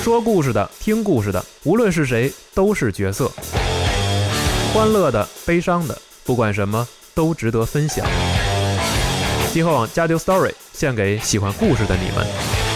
说故事的、听故事的，无论是谁，都是角色。欢乐的、悲伤的，不管什么都值得分享。集合网加丢 Story 献给喜欢故事的你们。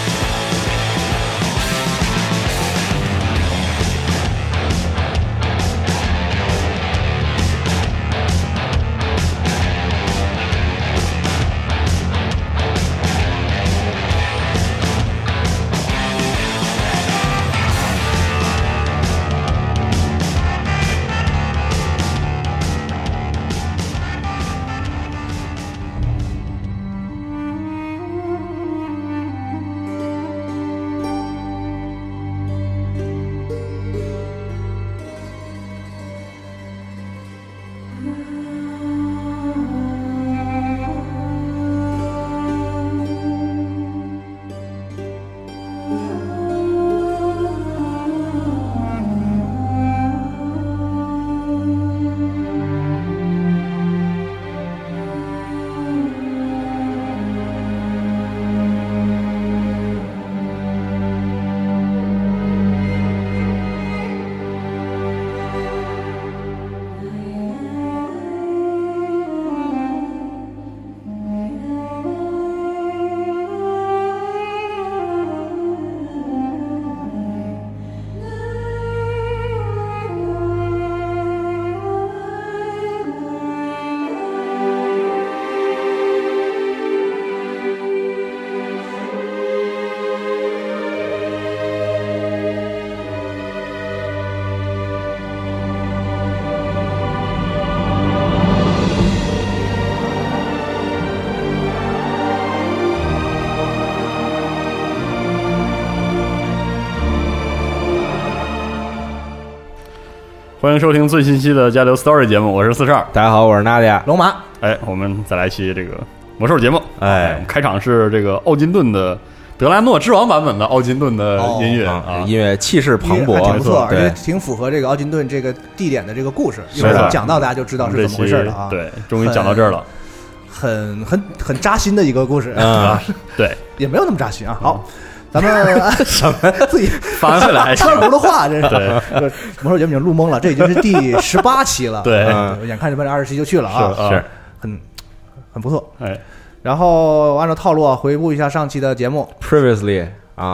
欢迎收听最新期的加流 Story 节目，我是四十二。 大家好，我是娜迪亚龙马。 我们再来一期这个魔兽节目。开场是这个奥金顿的德拉诺之王版本的奥金顿的音乐音乐气势磅礴， 挺不错，而且挺符合这个奥金顿这个地点的这个故事。一会儿讲到大家就知道是怎么回事了啊。 对，终于讲到这儿了， 很扎心的一个故事啊。 对， 也没有那么扎心啊。好。咱们什么自己翻回来穿轱辘话，这是魔兽节目已经录懵了，这已经是第18期了。 对， 眼看着奔着20期就去了啊， 是很不错。然后按照套路啊，回顾一下上期的节目。 Previously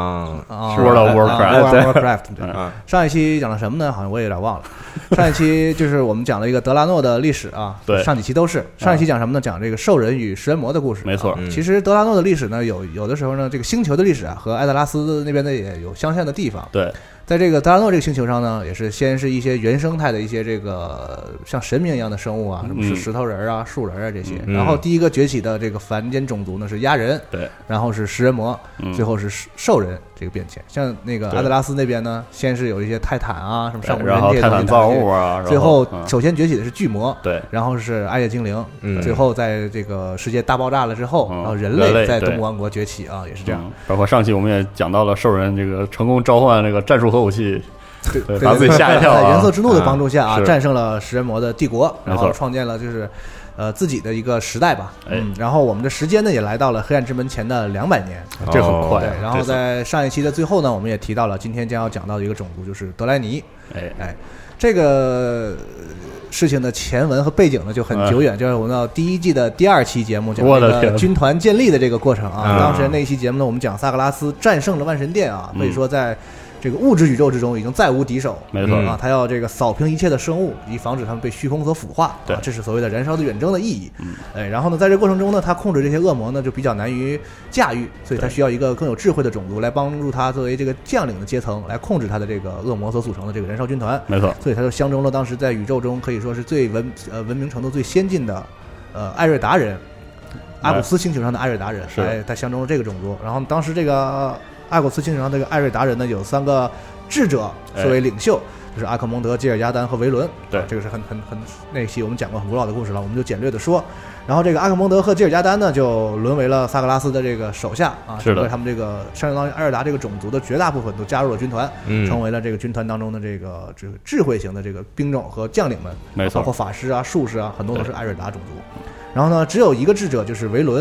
World of Warcraft 对，上一期讲了什么呢？好像我也有点忘了。上一期就是我们讲了一个德拉诺的历史啊， 对， 上几期都是。上一期讲什么呢？讲这个兽人与食人魔的故事。 没错， 其实德拉诺的历史呢，有的时候呢，这个星球的历史啊，和艾德拉斯那边的也有相像的地方。 对。 在这个德拉诺这个星球上呢，也是先是一些原生态的一些这个像神明一样的生物啊，什么是石头人啊、树人啊这些。然后第一个崛起的这个凡间种族呢是鸦人， 对， 然后是食人魔，最后是兽人这个变迁。像那个阿德拉斯那边呢，先是有一些泰坦啊，什么上古人这些泰坦造物啊， 最后首先崛起的是巨魔， 对， 然后是暗夜精灵，最后在这个世界大爆炸了之后，然后人类在东部王国崛起啊，也是这样。 包括上期我们也讲到了兽人这个成功召唤这个战术核武器。 对， 把自己吓一跳在元色之怒的帮助下啊，战胜了食人魔的帝国，然后创建了就是自己的一个时代吧。然后我们的时间呢也来到了黑暗之门前的200年， 这很快。 对，然后在上一期的最后呢，我们也提到了今天将要讲到的一个种族就是德莱尼。这个事情的前文和背景呢就很久远，就是我们到第1季的第2期节目讲这个军团建立的这个过程啊。当时那一期节目呢，我们讲萨格拉斯战胜了万神殿啊，可以说在这个物质宇宙之中已经再无敌手， 没错啊，他要这个扫平一切的生物，以防止他们被虚空所腐化。 对， 这是所谓的燃烧的远征的意义。然后呢，在这个过程中呢，他控制这些恶魔呢就比较难于驾驭，所以他需要一个更有智慧的种族来帮助他作为这个将领的阶层来控制他的这个恶魔所组成的这个燃烧军团。 没错， 所以他就相中了当时在宇宙中可以说是最文明程度最先进的艾瑞达人，阿古斯星球上的艾瑞达人，他相中了这个种族。然后当时这个阿古斯星球上这个艾瑞达人呢有3个智者作为领袖，就是阿克蒙德、吉尔加丹和维伦。 对， 这个是很那期我们讲过很古老的故事了，我们就简略的说。然后这个阿克蒙德和吉尔加丹呢，就沦为了萨格拉斯的这个手下啊， 是的， 他们这个相当于艾尔达这个种族的绝大部分都加入了军团，成为了这个军团当中的这个智慧型的这个兵种和将领们， 没错， 包括法师啊、术士啊，很多都是艾尔达种族。然后呢，只有一个智者就是维伦。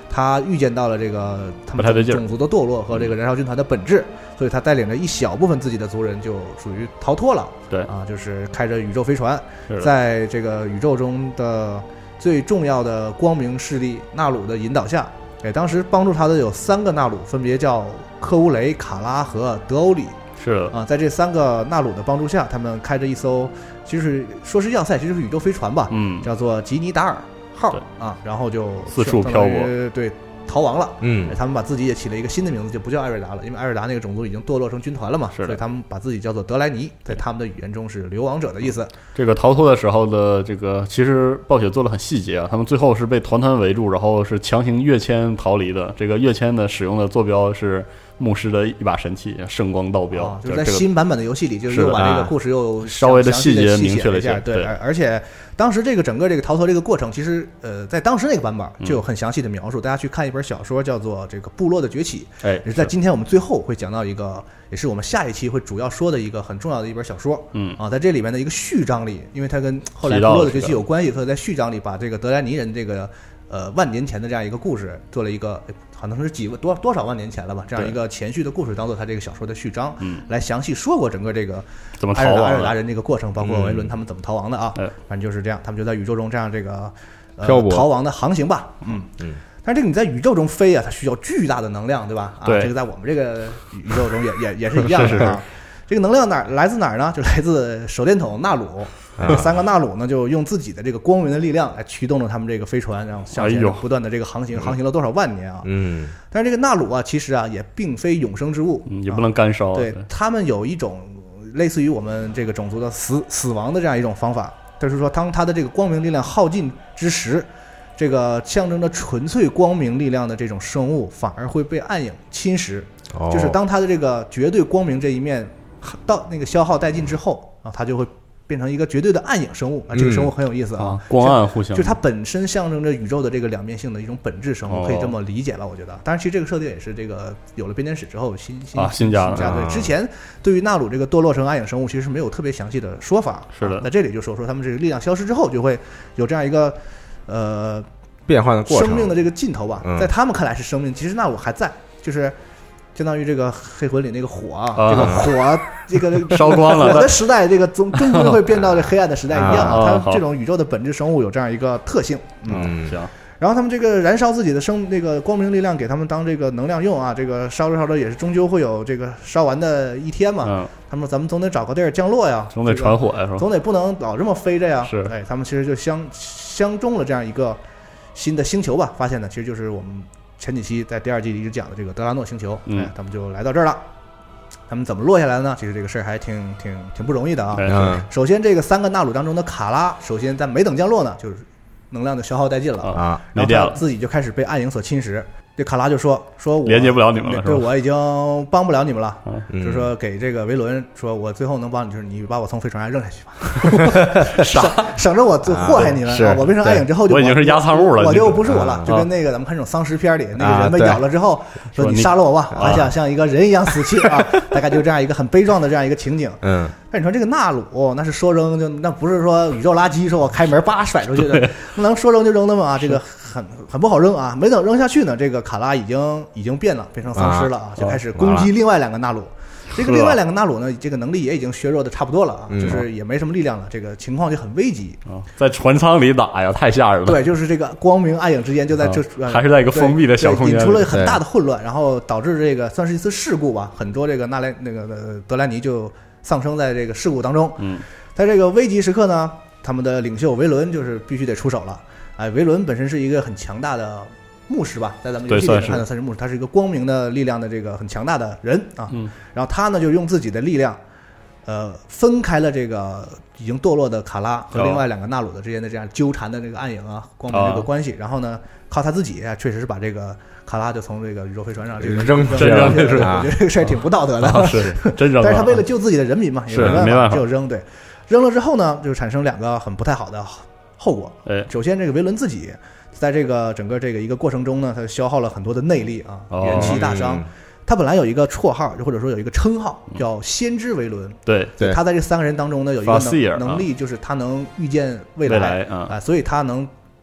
他预见到了这个他们种族的堕落和这个燃烧军团的本质，所以他带领着一小部分自己的族人就属于逃脱了。 对啊，就是开着宇宙飞船，在这个宇宙中的最重要的光明势力纳鲁的引导下，当时帮助他的有3个纳鲁，分别叫科乌雷、卡拉和德欧里。 是的啊，在这3个纳鲁的帮助下，他们开着一艘，就是说是要塞，其实是宇宙飞船吧，叫做吉尼达尔号啊，然后就四处漂泊， 对，逃亡了。他们把自己也起了一个新的名字，就不叫艾瑞达了，因为艾瑞达那个种族已经堕落成军团了嘛，所以他们把自己叫做德莱尼，在他们的语言中是流亡者的意思。 这个逃脱的时候的这个，其实暴雪做的很细节啊，他们最后是被团团围住，然后是强行跃迁逃离的。这个跃迁的使用的坐标是牧师的一把神器圣光道标， 就是在新版本的游戏里，就又把这个故事又稍微的细节明确了一下。对，而且当时这个整个这个逃脱这个过程，其实在当时那个版本就有很详细的描述。大家去看一本小说，叫做《这个部落的崛起》，也是在今天我们最后会讲到一个，也是我们下一期会主要说的一个很重要的一本小说。在这里面的一个序章里，因为它跟后来部落的崛起有关系，所以在序章里把这个德莱尼人这个万年前的这样一个故事做了一个。可能是多少万年前了吧，这样一个前序的故事当做他这个小说的序章，来详细说过整个这个怎么逃亡艾尔达人这个过程，包括维伦他们怎么逃亡的啊。反正就是这样，他们就在宇宙中这样这个漂泊逃亡的航行吧。但是这个你在宇宙中飞啊，它需要巨大的能量，对吧？ 对， 这个在我们这个宇宙中也是一样的啊。这个能量来自哪儿呢？就来自手电筒纳鲁。这3个纳鲁呢，就用自己的这个光明的力量来驱动着他们这个飞船，然后向前不断的这个航行了多少万年啊！但是这个纳鲁啊，其实啊也并非永生之物， 也不能干烧。 对，他们有一种类似于我们这个种族的死亡的这样一种方法，就是说，当他的这个光明力量耗尽之时，这个象征着纯粹光明力量的这种生物反而会被暗影侵蚀。就是当他的这个绝对光明这一面到那个消耗殆尽之后啊，他就会变成一个绝对的暗影生物啊，这个生物很有意思啊， 光暗互相， 就是它本身象征着宇宙的这个两面性的一种本质生物，可以这么理解吧？我觉得，当然，其实这个设定也是这个有了编年史之后新加的。对，之前对于纳鲁这个堕落成暗影生物，其实是没有特别详细的说法。 是的， 在这里就说他们这个力量消失之后，就会有这样一个变换的过程， 生命的这个尽头吧。在他们看来是生命，其实纳鲁还在，就是相当于这个黑魂里那个火啊，这个火这个烧光了， 火的时代，这个终究会变到这黑暗的时代一样啊。它这种宇宙的本质生物有这样一个特性。 行。 然后他们这个燃烧自己的那个光明力量，给他们当这个能量用啊。这个烧着也是终究会有这个烧完的一天嘛。他们说咱们总得找个地儿降落呀， 总得传火呀，是吧？ 总得不能老这么飞着呀。 是， 哎，他们其实就相中了这样一个新的星球吧，发现的其实就是我们前几期在第2季里一直讲的这个德拉诺星球。他们就来到这儿了。他们怎么落下来呢？其实这个事儿还挺不容易的啊。首先，这个3个纳鲁当中的卡拉，首先在没等降落呢，就是能量就消耗殆尽了啊， 然后他自己就开始被暗影所侵蚀。这卡拉就说我连接不了你们了， 对，我已经帮不了你们了。就说给这个维伦说，我最后能帮你，就是你把我从飞船上扔下去吧，省着我祸害你们。我变成暗影之后， 我已经是压舱物了， 我就不是我了。就跟那个咱们看这种丧尸片里，那个人被咬了之后，说你杀了我吧，我想像一个人一样死去啊，大概就这样一个很悲壮的这样一个情景。但你说这个纳鲁，那是说扔就那不是说宇宙垃圾，说我开门叭甩出去的，能说扔就扔的吗？这个很不好扔啊！没等扔下去呢，这个卡拉已经变成丧尸了啊，就开始攻击另外2个纳鲁。这个另外2个纳鲁呢，这个能力也已经削弱的差不多了啊，就是也没什么力量了，这个情况就很危急啊。在船舱里打呀，太吓人了。 对，就是这个光明暗影之间就在这， 还是在一个封闭的小空间， 引出了很大的混乱，然后导致这个算是一次事故吧，很多这个德莱尼就丧生在这个事故当中。在这个危急时刻呢，他们的领袖维伦就是必须得出手了。哎，维伦本身是一个很强大的牧师吧，在咱们游戏里看到算是牧师，他是一个光明的力量的这个很强大的人啊。然后他呢就用自己的力量，分开了这个已经堕落的卡拉和另外2个纳鲁的之间的这样纠缠的这个暗影啊光明这个关系。然后呢，靠他自己确实是把这个卡拉就从这个宇宙飞船上这个扔是我觉得这个事儿挺不道德的， 是真扔。 但是他为了救自己的人民嘛，也没办法就扔。对，扔了之后呢，就产生2个很不太好的后果。首先这个维伦自己在这个整个这个一个过程中呢，他消耗了很多的内力啊，元气大伤。他本来有一个绰号，或者说有一个称号叫先知维伦。 对， 他在这3个人当中呢有一个能力，就是他能预见未来啊，所以他能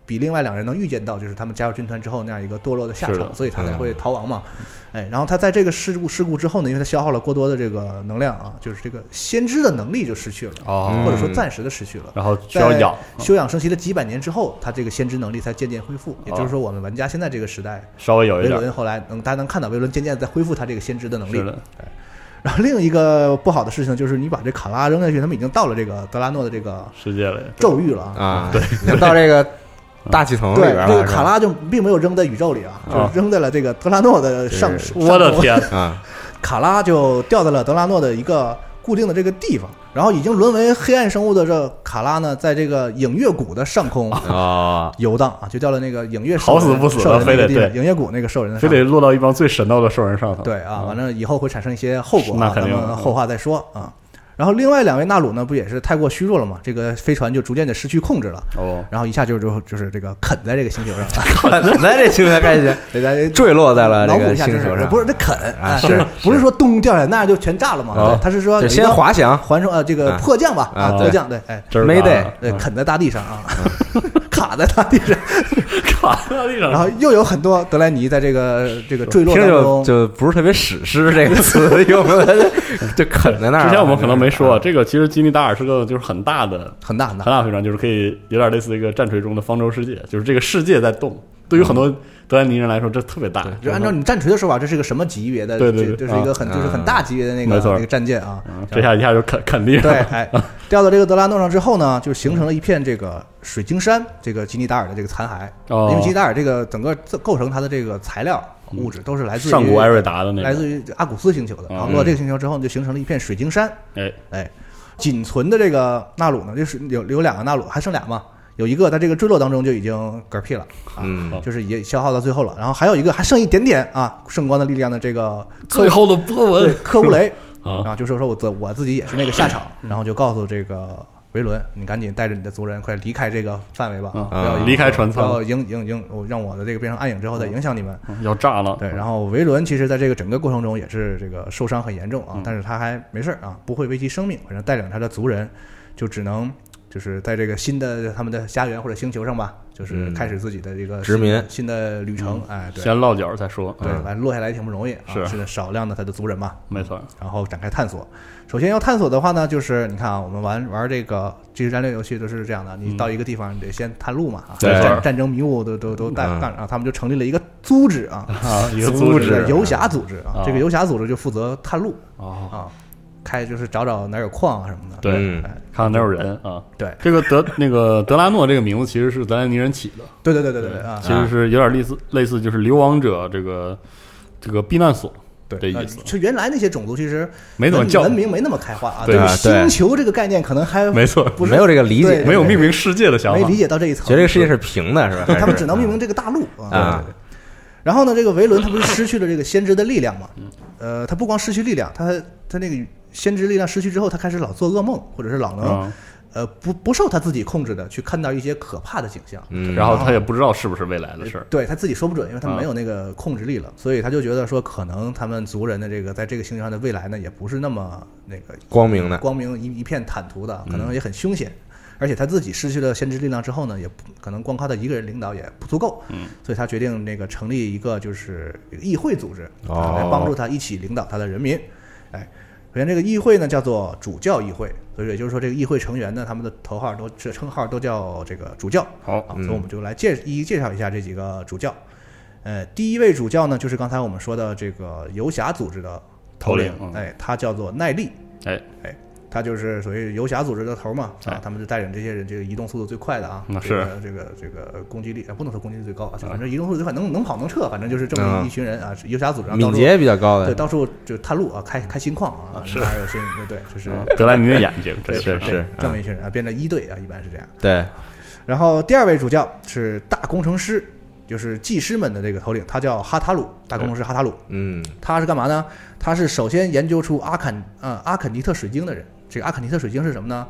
比另外2人能预见到，就是他们加入军团之后那样一个堕落的下场，所以他才会逃亡嘛。然后他在这个事故之后呢，因为他消耗了过多的这个能量啊，就是这个先知的能力就失去了，或者说暂时的失去了。 然后需要养， 休养生息了几百年之后，他这个先知能力才渐渐恢复。也就是说，我们玩家现在这个时代稍微有一点， 维伦后来大家能看到维伦渐渐在恢复他这个先知的能力。是的。然后另一个不好的事情就是，你把这卡拉扔下去，他们已经到了这个德拉诺的这个世界了， 咒域了啊！对，已经到这个大气层里边了。 这个卡拉就并没有扔在宇宙里啊，就扔在了这个德拉诺的上。 我的天啊！ 卡拉就掉在了德拉诺的一个固定的这个地方，然后已经沦为黑暗生物的这卡拉呢，在这个影月谷的上空游荡啊，就掉了那个影月好死不死的，非得对影月谷那个兽人的上，非得落到一帮最神道的兽人上头。 对啊，完了以后会产生一些后果， 那肯定咱们后话再说啊。然后另外2位纳鲁呢，不也是太过虚弱了嘛？这个飞船就逐渐的失去控制了，然后一下就是这个啃在这个星球上， 啃在这星球开始，坠落在了这个星球上。 不是这啃啊，不是说咚掉下来那样就全炸了嘛？他是说就先滑翔， 还成这个迫降吧啊，迫降对， 没得对，啃在大地上啊，卡在大地上，然后又有很多德莱尼在这个坠落当中， 就不是特别史诗这个词用的，就啃在那儿。 之前我们可能没说，这个其实基尼达尔是个就是很大很大飞船，就是可以有点类似一个战锤中的方舟世界，就是这个世界在动。对于很多德莱尼人来说，这特别大。 就按照你战锤的说法，这是个什么级别的？ 对， 就是一个很大级别的那个战舰啊。 这下一下就啃地上。 对，掉到这个德拉诺上之后呢，就形成了一片这个水晶山，这个基尼达尔的这个残骸。因为基尼达尔这个整个构成它的这个材料物质都是来自于上古艾瑞达的那个， 来自于阿古斯星球的。然后落到这个星球之后，就形成了一片水晶山。仅存的这个纳鲁呢，就是有2个纳鲁，还剩2嘛。有一个在这个坠落当中就已经嗝屁了就是也消耗到最后了。然后还有一个还剩一点点啊，圣光的力量的这个最后的波纹， 科乌雷就是说我自己也是那个下场，然后就告诉这个维伦，你赶紧带着你的族人快离开这个范围吧，不要离开船舱， 要让我的这个变成暗影之后再影响你们， 要炸了。 对，然后维伦其实在这个整个过程中也是这个受伤很严重啊，但是他还没事啊，不会危及生命，反正带领他的族人就只能。就是在这个新的他们的家园或者星球上吧，就是开始自己的这个殖民新的旅程。对， 先落脚再说。 对，完落下来也挺不容易啊，是少量的他的族人嘛， 没错。 然后展开探索。首先要探索的话呢，就是你看啊，我们玩这个即时战略游戏都是这样的，你到一个地方你得先探路嘛，战争迷雾都干啊，他们就成立了一个组织一个组织游侠组织啊，这个游侠组织就负责探路就是找哪有矿啊什么的， 对，看看哪有人啊。 对， 这个德拉诺这个名字其实是德莱尼人起的。 对啊， 其实是有点类似就是流亡者这个避难所的意思。 就原来那些种族其实没怎么叫文明没那么开化啊， 对星球这个概念可能还没错， 没有这个理解， 没有命名世界的想法， 没理解到这一层， 觉得这个世界是平的，是吧？ 他们只能命名这个大陆啊。然后呢，这个维伦他不是失去了这个先知的力量嘛？他不光失去力量，他那个先知力量失去之后，他开始老做噩梦，或者是老能不受他自己控制的去看到一些可怕的景象。 然后他也不知道是不是未来的事儿， 对他自己说不准，因为他没有那个控制力了，所以他就觉得说，可能他们族人的这个在这个星球上的未来呢，也不是那么那个光明的， 一片坦途的，可能也很凶险。而且他自己失去了先知力量之后呢，也可能光靠他一个人领导也不足够，所以他决定那个成立一个就是议会组织，来帮助他一起领导他的人民。首先这个议会呢叫做主教议会，所以也就是说这个议会成员呢，他们的称号都叫这个主教。所以我们就来一一介绍一下这几个主教。第一位主教呢，就是刚才我们说的这个游侠组织的头领，他叫做奈利，他就是属于游侠组织的头嘛，他们就带领这些人，这个移动速度最快的啊，这个攻击力不能说攻击力最高，反正移动速度最快，能跑能撤，反正就是这么一群人啊，游侠组织敏捷比较高的， 对，到处就探路啊，开新矿啊，哪有新对，就是德莱尼的眼睛， 是这么一群人啊，编的一队啊，一般是这样。 对， 然后第二位主教是大工程师，就是技师们的这个头领，他叫哈塔鲁，大工程师哈塔鲁。他是干嘛呢？他是首先研究出阿肯尼特水晶的人。这个阿肯尼特水晶是什么呢？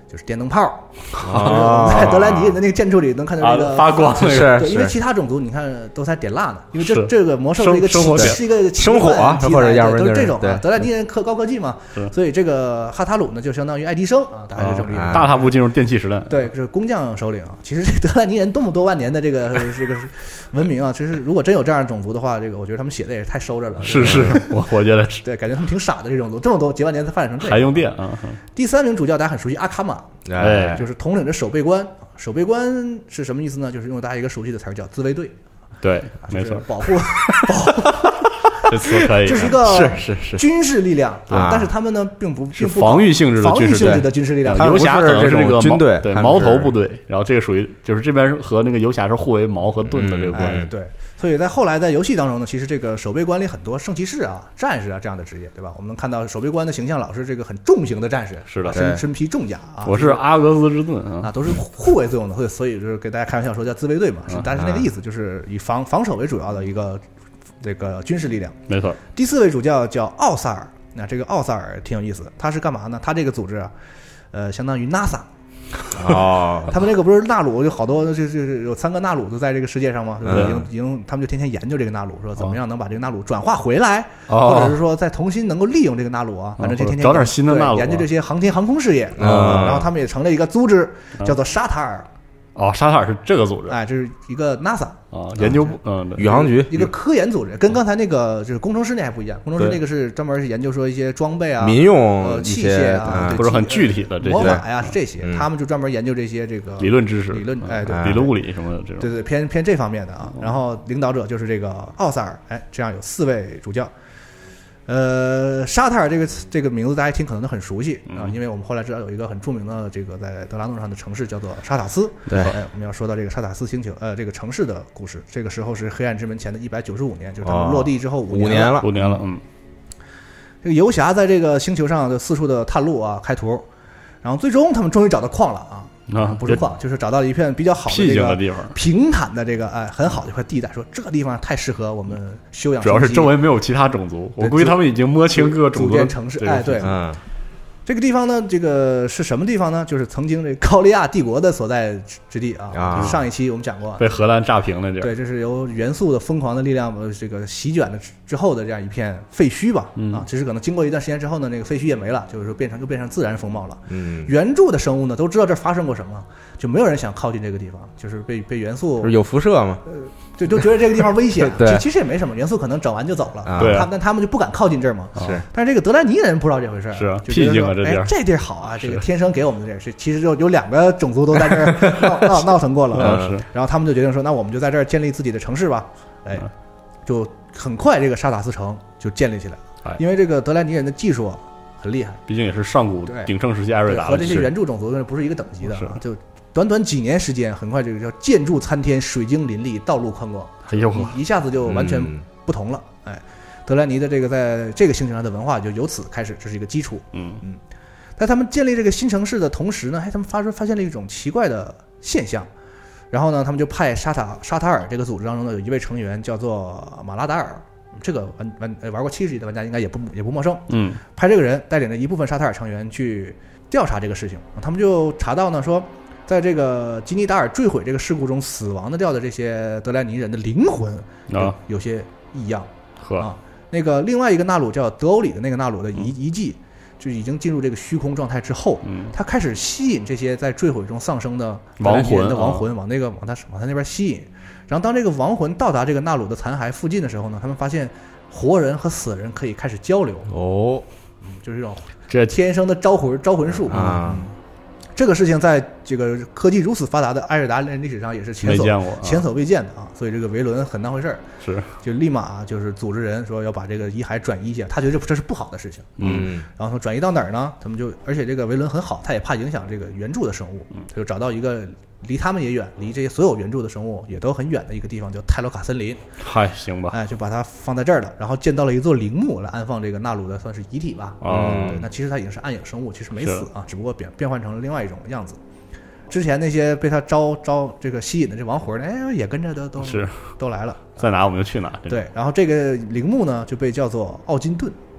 就是电灯泡。在德莱尼人的那个建筑里能看到这个发光， 是对，因为其他种族你看都在点蜡呢，因为这个魔兽是一个是一个生活或者要不然都是这种啊。德莱尼人高科技嘛，所以这个哈塔鲁呢就相当于爱迪生啊，大概是这么一个大踏步进入电气时代。 对，是工匠首领啊。其实这德莱尼人多么多万年的这个文明啊，其实如果真有这样的种族的话，这个我觉得他们写的也太收着了。 是，我觉得是。 对，感觉他们挺傻的这种族，这么多几万年才发展成这样。 还用电啊！ 第3名主教大家很熟悉阿卡玛，就是统领着守备官。守备官是什么意思呢？就是用大家一个熟悉的词儿叫自卫队。 对，没错， 保护。 这词可以， 这是一个是军事力量，但是他们呢并不防御性质的军事力量。 游侠可能是这个军队， 对矛头部队，然后这个属于就是这边和那个游侠是互为矛和盾的这个关系。 对，所以在后来在游戏当中呢，其实这个守备官里很多圣骑士啊、战士啊这样的职业，对吧？我们能看到守备官的形象老是这个很重型的战士， 是的， 身披重甲啊。 我是阿格斯之盾啊，都是护卫作用的，所以就是给大家开玩笑说叫自卫队嘛，但是那个意思就是以防守为主要的一个这个军事力量。 没错。 第4位主教叫奥萨尔，那这个奥萨尔挺有意思，他是干嘛呢？他这个组织啊，相当于 NASA。他们那个不是纳鲁，就好多就是有3个纳鲁都在这个世界上吗？已经他们就天天研究这个纳鲁，说怎么样能把这个纳鲁转化回来，或者是说再重新能够利用这个纳鲁啊，反正就天天找点新的纳鲁， 研究这些航空事业。然后他们也成立一个组织，叫做沙塔尔。 沙塔尔是这个组织， 这是一个 NASA 研究宇航局一个科研组织，跟刚才那个就是工程师那还不一样。工程师那个是专门是研究说一些装备啊、 民用器械啊， 不是很具体的这些魔法呀，是这些。他们就专门研究这些这个理论知识、 理论理论物理什么的这种。 对，偏这方面的啊。然后领导者就是这个奥萨尔，这样有4位主教。沙塔尔这个名字大家听可能都很熟悉啊，因为我们后来知道有一个很著名的这个在德拉诺上的城市叫做沙塔斯。 对， 我们要说到这个沙塔斯星球，这个城市的故事。这个时候是黑暗之门前的195年，就是他们落地之后5年了。 5年了， 这个游侠在这个星球上就四处的探路啊，开图，然后最终他们终于找到矿了啊。不是矿，就是找到了一片比较好的这个地方， 平坦的这个很好的一块地带，说这个地方太适合我们休养。 主要是周围没有其他种族，我估计他们已经摸清各个种族组建城市。对，这个地方呢，这个是什么地方呢？就是曾经这高利亚帝国的所在之地啊。就是上一期我们讲过， 被荷兰炸平的这。 对，这是由元素的疯狂的力量这个席卷了之后的这样一片废墟吧。只是可能经过一段时间之后呢，那个废墟也没了，就是说变成自然风貌了。原著的生物呢都知道这发生过什么，就没有人想靠近这个地方，就是被元素有辐射嘛。 对，都觉得这个地方危险。 对， 其实也没什么，元素可能整完就走了。 对， 但他们就不敢靠近这儿嘛。 是， 但是这个德莱尼人不知道这回事， 是僻静啊， 这地儿好啊，这个天生给我们的这是，其实就有2个种族都在这儿闹腾过了。然后他们就决定说，那我们就在这儿建立自己的城市吧。就很快这个沙塔斯城就建立起来了。因为这个德莱尼人的技术很厉害， 毕竟也是上古鼎盛时期艾瑞达， 和这些原著种族不是一个等级的啊。就短几年时间，很快这个叫建筑参天，水晶林立，道路宽广，一下子就完全不同了。德莱尼的这个在这个星球上的文化就由此开始，这是一个基础。在他们建立这个新城市的同时呢，他们发现了一种奇怪的现象。然后呢，他们就派沙塔尔这个组织当中呢有一位成员叫做马拉达尔，这个玩过70级的玩家应该也不陌生。派这个人带领着一部分沙塔尔成员去调查这个事情，他们就查到呢说，在这个吉尼达尔坠毁这个事故中死亡的掉的这些德莱尼人的灵魂有些异样那个另外一个纳鲁叫德欧里的那个纳鲁的遗迹，就已经进入这个虚空状态之后，他开始吸引这些在坠毁中丧生的亡魂往他那边吸引。然后当这个亡魂到达这个纳鲁的残骸附近的时候呢，他们发现活人和死人可以开始交流就是这种天生的招魂术这个事情在这个科技如此发达的艾瑞达历史上也是前所未见的所以这个维伦很当回事儿，就立马就是组织人说要把这个遗骸转移一下，他觉得这是不好的事情。然后说转移到哪儿呢？他们就而且这个维伦很好，他也怕影响这个原著的生物，他就找到一个离他们也远，离这些所有原著的生物也都很远的一个地方，叫泰罗卡森林。 行吧。 就把它放在这儿了，然后建到了一座陵墓来安放这个纳鲁的算是遗体吧。对，那其实它已经是暗影生物，其实没死只不过变换成了另外一种样子。之前那些被他招这个吸引的这亡魂也跟着都来了， 在哪我们就去哪。 对，然后这个陵墓呢就被叫做奥金顿。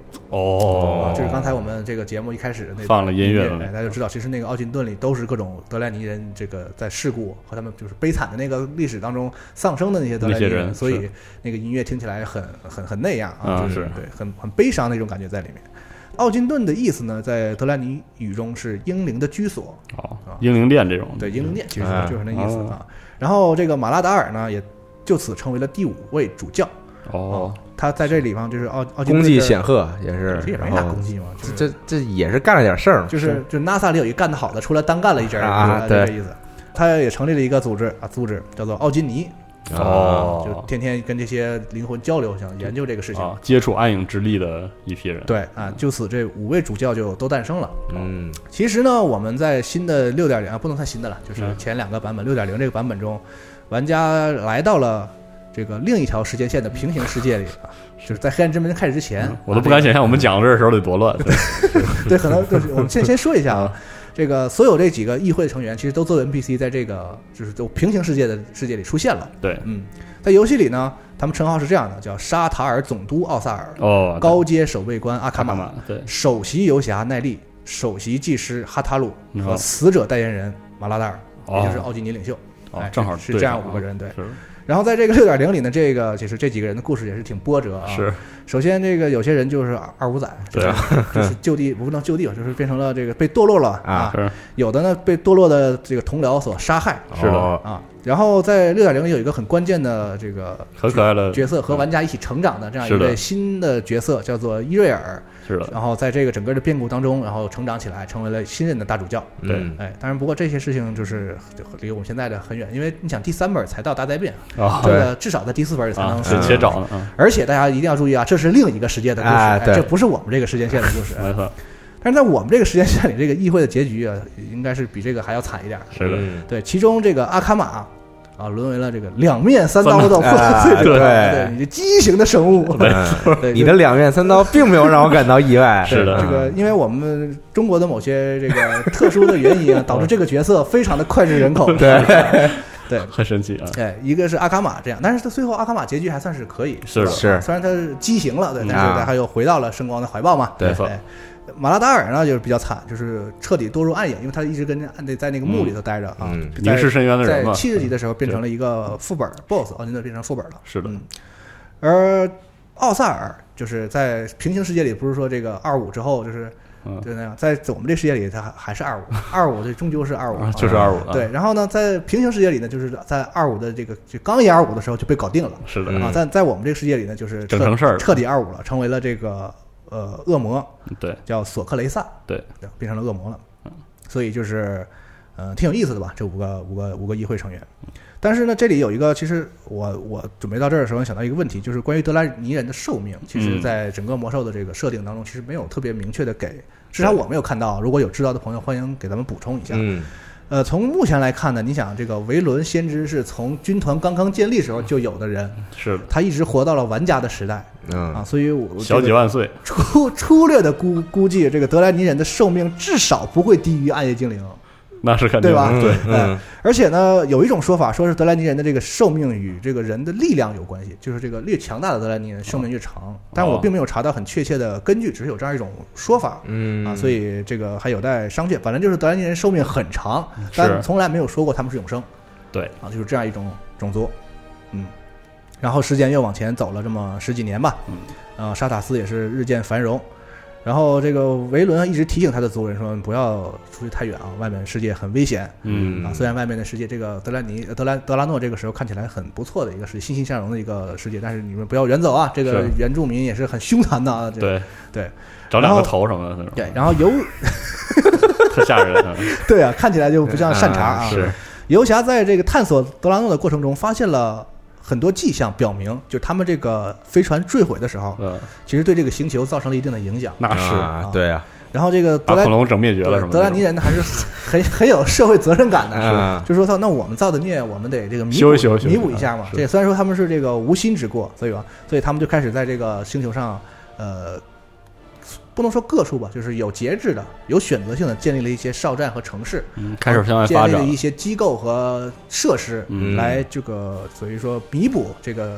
哦， 就是刚才我们这个节目一开始的那放了音乐了， 大家就知道，其实那个奥金顿里都是各种德莱尼人这个在事故和他们就是悲惨的那个历史当中丧生的那些德莱尼人，所以那个音乐听起来很那样啊，就是对很悲伤的一种感觉在里面。奥金顿的意思呢，在德莱尼语中是英灵的居所， 英灵殿这种， 对，英灵殿其实就是那意思啊。然后这个马拉达尔呢，也就此成为了第5位主教。他在这地方就是奥金顿功绩显赫，也是这也没啥功绩嘛， 这也是干了点事儿， 就 NASA 里有一干得好的，出来单干了一阵儿，这个意思。他也成立了一个组织叫做奥金尼。就天天跟这些灵魂交流，想研究这个事情， 接触暗影之力的一批人。 对啊，就此这5位主教就都诞生了。其实呢，我们在新的 6.0 不能算新的了，就是前2个版本 6.0 这个版本中，玩家来到了这个另一条时间线的平行世界里啊，就是在黑暗之门开始之前， 我都不敢想象我们讲到这时候得多乱。 对，可能就是我们先说一下啊。这个所有这几个议会的成员其实都作为 NPC 在这个就是都平行世界里出现了。 对， 在游戏里呢，他们称号是这样的，叫沙塔尔总督奥萨尔，高阶守卫官阿卡玛， 对， 首席游侠奈利，首席技师哈塔鲁和死者代言人马拉达尔，也就是奥金尼领袖。 正好是这样5个人，对。然后在这个 6.0 里呢，其实这几个人的故事也是挺波折啊。 是， 首先这个有些人就是二五仔，就是就地不能就地，就是变成了这个被堕落了啊。有的呢被堕落的这个同僚所杀害。 是的啊。然后在 6.0 里有一个很关键的这个很可爱的角色和玩家一起成长的这样一位新的角色，叫做伊瑞尔。 是的。 然后在这个整个的变故当中，然后成长起来，成为了新任的大主教。 对， 当然不过这些事情就是离我们现在的很远，因为你想第3本才到大灾变啊， 这个至少在第4本才能切找呢。 而且大家一定要注意啊，这是另一个世界的故事，这不是我们这个时间线的故事。 没错。 但是在我们这个时间线里，这个议会的结局啊，应该是比这个还要惨一点。 是的。 对，其中这个阿卡玛啊，沦为了这个2面3刀的破碎者，对，你这畸形的生物。 对，你的2面3刀并没有让我感到意外。 是的， 这个因为我们中国的某些这个特殊的原因啊，导致这个角色非常的脍炙人口。对， 很神奇啊。 对，一个是阿卡玛这样，但是他最后阿卡玛结局还算是可以。 是的， 是， 虽然他畸形了，对，但是他又回到了圣光的怀抱嘛。 对。 马拉达尔呢就是比较惨，就是彻底堕入暗影，因为他一直在那个墓里头待着啊， 凝视深渊的人嘛。 在70级的时候变成了一个副本 BOSS， 奥金顿变成副本了。 是的。 而奥萨尔就是在平行世界里，不是说这个25之后就是就那样，在我们这世界里他还是25，这终究是25， 就是25。 对，然后呢，在平行世界里呢，就是在25的这个就刚一25的时候就被搞定了。 是的啊，在我们这个世界里呢，就是整成事儿， 彻底25了，成为了这个恶魔， 对， 叫索克雷萨， 对， 变成了恶魔了。所以就是挺有意思的吧，这五个议会成员。但是呢，这里有一个，其实我准备到这儿的时候想到一个问题，就是关于德拉尼人的寿命，其实在整个魔兽的这个设定当中，其实没有特别明确的给，至少我没有看到。如果有知道的朋友，欢迎给咱们补充一下。从目前来看呢，你想这个维伦先知是从军团刚刚建立时候就有的人， 是的， 他一直活到了玩家的时代，所以我小几万岁， 粗略的估计，这个德莱尼人的寿命至少不会低于暗夜精灵。 那是肯定的， 对吧？对，而且呢，有一种说法说是德莱尼人的这个寿命与这个人的力量有关系，就是这个越强大的德莱尼人寿命越长。但我并没有查到很确切的根据，只是有这样一种说法。所以这个还有待商榷。反正就是德莱尼人寿命很长，但从来没有说过他们是永生。 对就是这样一种种族。然后时间又往前走了这么10几年吧。沙塔斯也是日渐繁荣。然后这个维伦一直提醒他的族人说不要出去太远啊，外面世界很危险。虽然外面的世界这个德拉诺这个时候看起来很不错的一个是欣欣向荣的一个世界，但是你们不要远走啊，这个原住民也是很凶残的啊。对， 找2个头什么的。 对，然后特吓人啊。 对啊，看起来就不像善茬啊。 是游侠在这个探索德拉诺的过程中发现了很多迹象表明，就是他们这个飞船坠毁的时候，其实对这个星球造成了一定的影响。 那是对啊。 然后这个把恐龙整灭绝了什么？ 德拉尼人还是很有社会责任感的，就说那我们造的孽，我们得这个弥补一下嘛。这虽然说他们是这个无心之过，所以他们就开始在这个星球上，不能说各处吧，就是有节制的、有选择性的建立了一些哨站和城市， 开始向外发展， 建立了一些机构和设施，来这个所以说弥补这个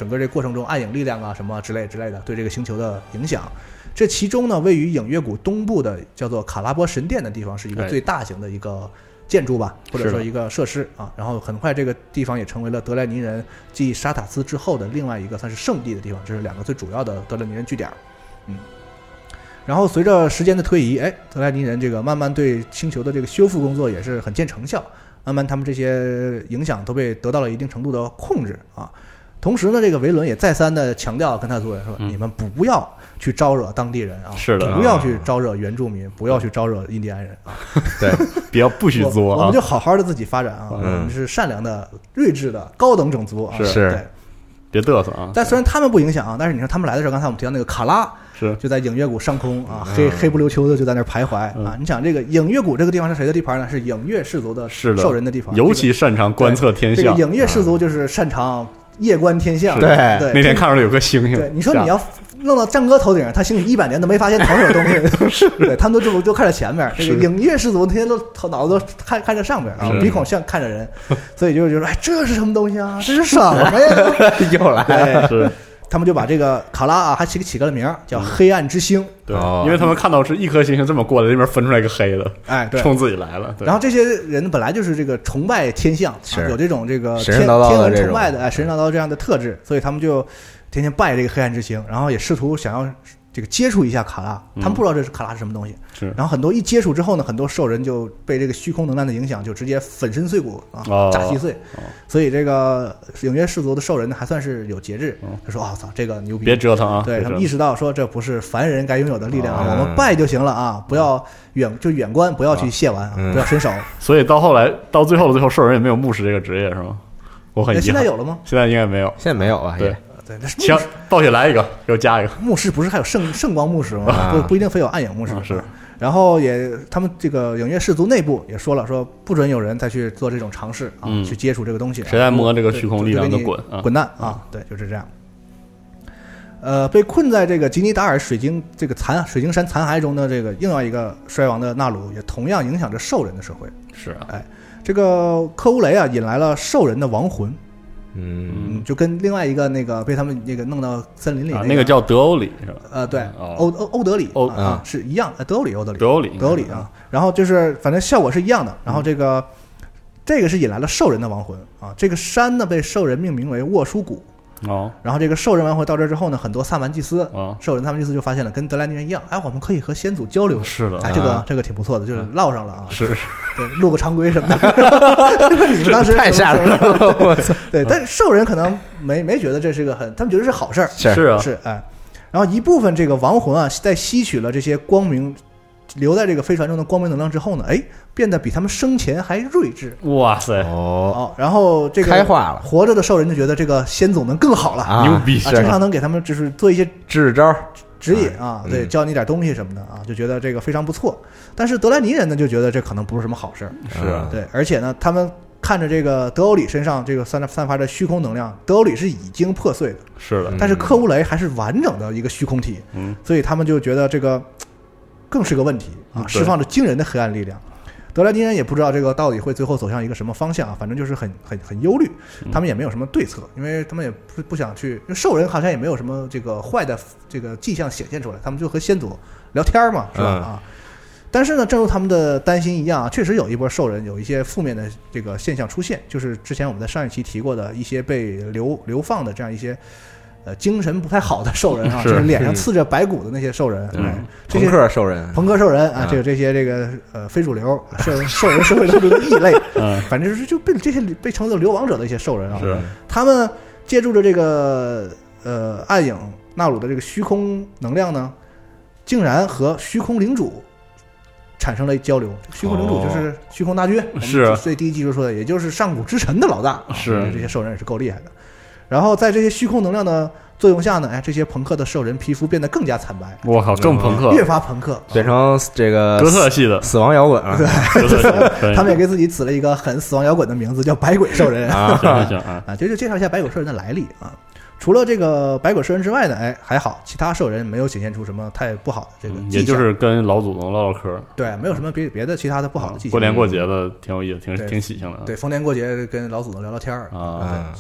整个这过程中暗影力量啊什么之类的对这个星球的影响。这其中呢，位于影月谷东部的叫做卡拉波神殿的地方是一个最大型的一个建筑吧，或者说一个设施啊。然后很快这个地方也成为了德莱尼人继沙塔斯之后的另外一个算是圣地的地方，这是2个最主要的德莱尼人据点。然后随着时间的推移，德莱尼人这个慢慢对星球的这个修复工作也是很见成效，慢慢他们这些影响都被得到了一定程度的控制啊。同时呢，这个维伦也再三的强调跟他族人说，你们不要去招惹当地人啊， 是的， 不要去招惹原住民，不要去招惹印第安人啊， 对，不许作啊， 我们就好好的自己发展啊，我们是善良的、睿智的高等种族啊， 是， 对， 别嘚瑟啊。 但虽然他们不影响啊，但是你说他们来的时候，刚才我们提到那个卡拉是就在影月谷上空啊，黑不溜秋的就在那儿徘徊啊。你想这个影月谷这个地方是谁的地盘呢？是影月氏族的兽人的地方， 尤其擅长观测天象。 这个影月氏族就是擅长夜观天象， 对， 那天看出来有个星星， 对，你说你要弄到战歌头顶上，他兴许100年都没发现头上有东西，对，他们都看着前面。这个影月氏族天天都脑子都看着上边啊，鼻孔像看着人，所以就说，哎，这是什么东西啊？这是什么呀？ 又来， 是。 他们就把这个卡拉啊，还起个名叫黑暗之星， 对，因为他们看到是一颗星星这么过来，这边分出来一个黑的， 对， 冲自己来了。 然后这些人本来就是这个崇拜天象，有这种这个神叨叨天文崇拜的，神神叨叨这样的特质，所以他们就天天拜这个黑暗之星，然后也试图想要这个接触一下卡拉，他们不知道这是卡拉是什么东西，然后很多一接触之后呢，很多兽人就被这个虚空能量的影响，就直接粉身碎骨啊，炸稀碎。所以这个影月氏族的兽人呢，还算是有节制。他说：“操，这个牛逼， 别折腾啊！” 对他们意识到说，这不是凡人该拥有的力量，我们拜就行了啊，不要远观，不要去亵玩，不要伸手。 所以到最后的最后，兽人也没有牧师这个职业是吗？我很遗憾。 现在有了吗？ 现在应该没有， 现在没有啊。 对。 对， 行，暴雪来一个，给我加一个。 牧师不是还有圣光牧师吗？不一定非有暗影牧师。 是。 然后他们这个影月氏族内部也说了，说不准有人再去做这种尝试啊，去接触这个东西。 谁在摸这个虚空力量就滚蛋啊！对，就是这样。被困在这个吉尼达尔水晶山残骸中的这个另外一个衰亡的纳鲁，也同样影响着兽人的社会。 是啊， 这个科乌雷啊，引来了兽人的亡魂。就跟另外一个那个被他们那个弄到森林里那个叫德欧里是吧？ 对，欧德里是一样，德欧里啊。然后就是反正效果是一样的。然后这个是引来了兽人的亡魂啊。这个山呢被兽人命名为沃舒谷。然后这个兽人亡魂到这之后呢，很多萨满祭司兽人萨满祭司就发现了，跟德莱尼人一样，我们可以和先祖交流。 是的， 这个挺不错的，就是唠上了啊。 是， 对，录个常规什么的。你当时太吓人了，我操！ 对，但是兽人可能没觉得这是个他们觉得是好事儿。 是啊， 是然后一部分这个亡魂啊，在吸取了这些光明留在这个飞船中的光明能量之后呢，变得比他们生前还睿智。 哇塞！ 然后这个开化了， 活着的兽人就觉得这个先祖们更好了， 牛逼！ 经常能给他们就是做一些支招、 指引啊，对，教你点东西什么的啊，就觉得这个非常不错。但是德莱尼人呢，就觉得这可能不是什么好事。 是啊， 对，而且呢，他们看着这个德欧里身上这个散发着虚空能量，德欧里是已经破碎的， 是的， 但是克乌雷还是完整的一个虚空体，所以他们就觉得这个更是个问题啊，释放着惊人的黑暗力量。德莱尼人也不知道这个到底会最后走向一个什么方向啊，反正就是很忧虑，他们也没有什么对策，因为他们也不想去，因为兽人好像也没有什么这个坏的这个迹象显现出来，他们就和先祖聊天嘛，是吧？但是呢，正如他们的担心一样，确实有一波兽人有一些负面的这个现象出现，就是之前我们在上一期提过的一些被流放的这样一些精神不太好的兽人啊，就是脸上刺着白骨的那些兽人， 朋克兽人啊，这些这个非主流兽人社会当中的异类，反正就被这些被称作流亡者的一些兽人啊，他们借助着这个暗影纳鲁的这个虚空能量呢，竟然和虚空领主产生了交流。虚空领主就是虚空大军， 是所以第一季就说的，也就是上古之神的老大， 是这些兽人也是够厉害的。然后在这些虚空能量的作用下呢，这些朋克的兽人皮肤变得更加惨白。 我靠，更朋克， 越发朋克， 变成这个哥特系的死亡摇滚啊！ 对，他们也给自己起了一个很死亡摇滚的名字，叫百鬼兽人啊。 就介绍一下百鬼兽人的来历啊。除了这个百鬼兽人之外呢，还好，其他兽人没有显现出什么太不好的这个迹象， 也就是跟老祖宗唠唠嗑， 对，没有什么别的其他的不好的迹象。 过年过节的挺有意思，挺喜庆的。 对，逢年过节跟老祖宗聊聊天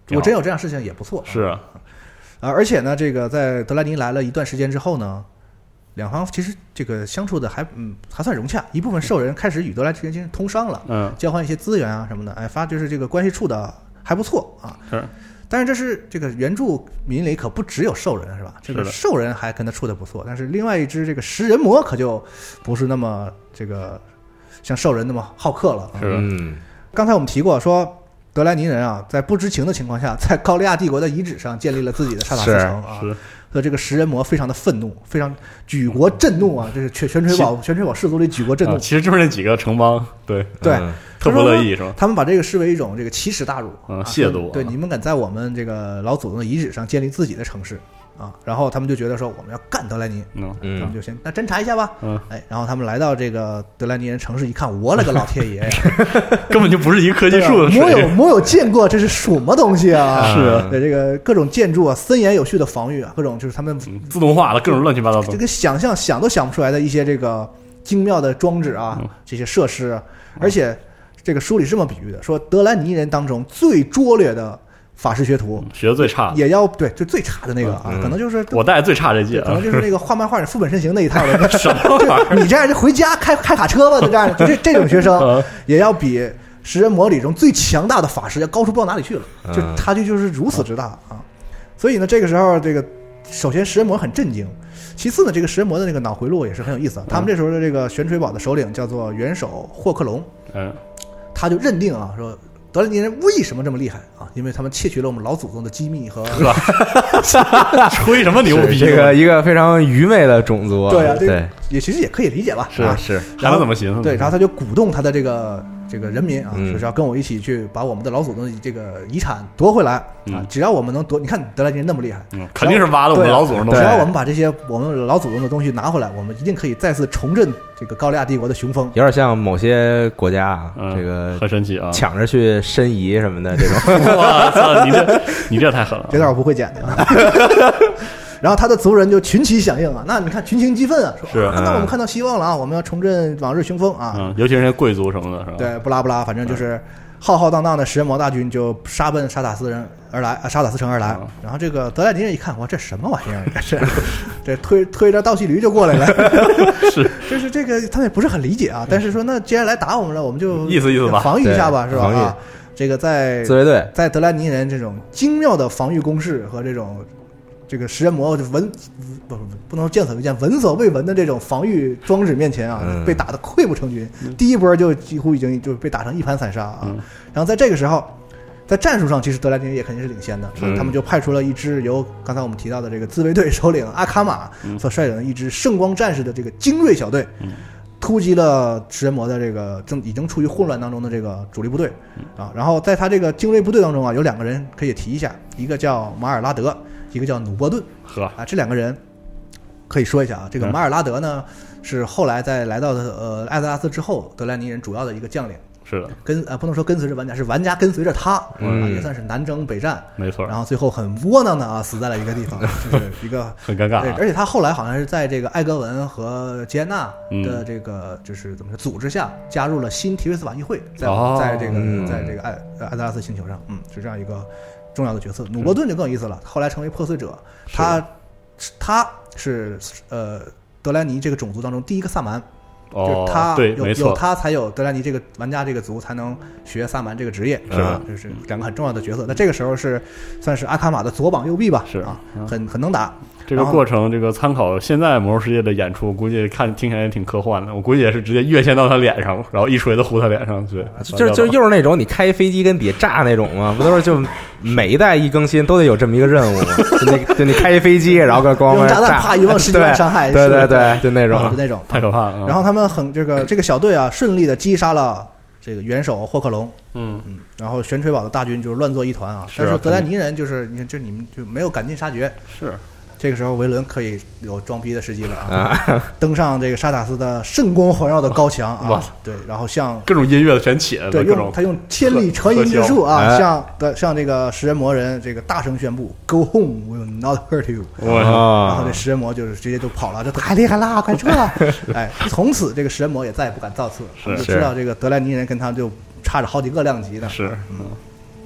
如果真有这样事情也不错。 是啊， 而且呢，这个在德莱尼来了一段时间之后呢，两方其实这个相处的还算融洽，一部分兽人开始与德莱尼人通商了，交换一些资源啊什么的，就是这个关系处的还不错啊。 是。 但是这个原住民里可不只有兽人是吧？这个兽人还跟他处的不错，但是另外一只这个食人魔可就不是那么这个像兽人那么好客了。 是的。 刚才我们提过说，德莱尼人啊，在不知情的情况下，在高利亚帝国的遗址上建立了自己的沙塔斯城啊。所以这个食人魔非常的愤怒，非常举国震怒啊！这是玄吹堡氏族里举国震怒。 其实就是那几个城邦，对，特不乐意是吧？ 他们把这个视为一种这个奇耻大辱， 亵渎。 对，你们敢在我们这个老祖宗的遗址上建立自己的城市啊？然后他们就觉得说我们要干德莱尼，他们就先那侦查一下吧。然后他们来到这个德莱尼人城市一看，我了个老天爷呀， 根本就不是一个科技树的水，没有见过这是什么东西啊？ 是对这个各种建筑啊，森严有序的防御啊，各种就是他们自动化的各种乱七八糟的， 这个想都想不出来的一些这个精妙的装置啊，这些设施，而且这个书里是这么比喻的，说德兰尼人当中最拙劣的法师学徒， 学的最差的， 也要对，就最差的那个啊，可能就是我带最差这届， 可能就是那个画漫画的副本身形那一套的什么玩意儿？ 你这样就回家开卡车吧，就这样，就这种学生也要比食人魔里中最强大的法师要高出不知道哪里去了，就差距就是如此之大啊！所以呢，这个时候这个首先食人魔很震惊，其次呢，这个食人魔的那个脑回路也是很有意思。他们这时候的这个玄水堡的首领叫做元首霍克隆，他就认定啊说。德莱尼人为什么这么厉害啊？因为他们窃取了我们老祖宗的机密和吹什么牛逼？ 这个一个非常愚昧的种族， 对啊，对，也其实也可以理解吧？ 是， 还能怎么行？ 对，然后他就鼓动他的这个人民啊，就是要跟我一起去把我们的老祖宗的这个遗产夺回来啊！只要我们能夺，你看德莱尼人那么厉害， 肯定是挖了我们老祖宗的东西。 只要我们把这些我们老祖宗的东西拿回来，我们一定可以再次重振这个高利亚帝国的雄风。 有点像某些国家啊，这个很神奇啊， 抢着去申遗什么的这种。 我操，你这太狠了， 这段我不会剪的。然后他的族人就群起响应啊，那你看群情激愤啊，说那我们看到希望了啊，我们要重振往日雄风啊。 尤其是那些贵族什么的，是吧？ 对，不拉，反正就是浩浩荡荡的食人魔大军就杀奔沙塔斯城而来。然后这个德莱尼人一看，哇，这什么玩意儿？这推着倒骑驴就过来了。 是， 就是这个他们也不是很理解啊。但是说，那既然来打我们了，我们就意思吧， 防御一下吧，是吧？ 防御啊，这个在自卫队， 在德莱尼人这种精妙的防御攻势和这个食人魔不能说见所未见，闻所未闻的这种防御装置面前啊，被打得溃不成军。第一波就几乎已经就被打成一盘散沙啊。然后在这个时候，在战术上，其实德莱尼人也肯定是领先的，他们就派出了一支由刚才我们提到的这个自卫队首领阿卡玛所率领的一支圣光战士的这个精锐小队，突击了食人魔的这个已经处于混乱当中的这个主力部队啊。然后在他这个精锐部队当中啊，有两个人可以提一下，一个叫马尔拉德，一个叫努波顿。这两个人可以说一下啊。这个马尔拉德呢，是后来在来到艾泽拉斯之后，德莱尼人主要的一个将领。 是的， 不能说跟随着玩家，是玩家跟随着他，也算是南征北战， 没错。 然后最后很窝囊的啊，死在了一个地方，就是一个很尴尬。 而且他后来好像是在这个艾格文和吉安娜的这个就是怎么说组织下，加入了新提瑞斯瓦议会，在这个艾泽拉斯星球上，是这样一个重要的角色。努波顿就更有意思了，后来成为破碎者，他是德莱尼这个种族当中第一个萨满。就是他有他才有德莱尼这个玩家这个族才能学萨满这个职业，是吧？就是两个很重要的角色。那这个时候是算是阿卡玛的左膀右臂吧？ 是啊，很能打。 这个过程，这个参考现在魔兽世界的演出，估计听起来也挺科幻的。我估计也是直接跃迁到他脸上，然后一锤子呼他脸上，对， 就又是那种你开飞机跟底下炸那种嘛，不都是就每一代一更新都得有这么一个任务吗？就你开一飞机，然后个光用炸弹啪一往10几万伤害， 对，就那种， 太可怕了。 然后他们这个小队啊，顺利的击杀了这个元首霍克隆，然后玄锤堡的大军就是乱作一团啊。但是德莱尼人就是你们就没有赶尽杀绝， 是。 这个时候维伦可以有装逼的时机了啊！登上这个沙塔斯的圣光环绕的高墙啊！对，然后像各种音乐全起来了， 对，他用千里传音之术啊，向这个食人魔人这个大声宣布 ：“Go home, will not hurt you。”然后这食人魔就是直接就跑了，这太厉害了，快撤！哎，从此这个食人魔也再也不敢造次，就知道这个德莱尼人跟他就差着好几个量级的。 是，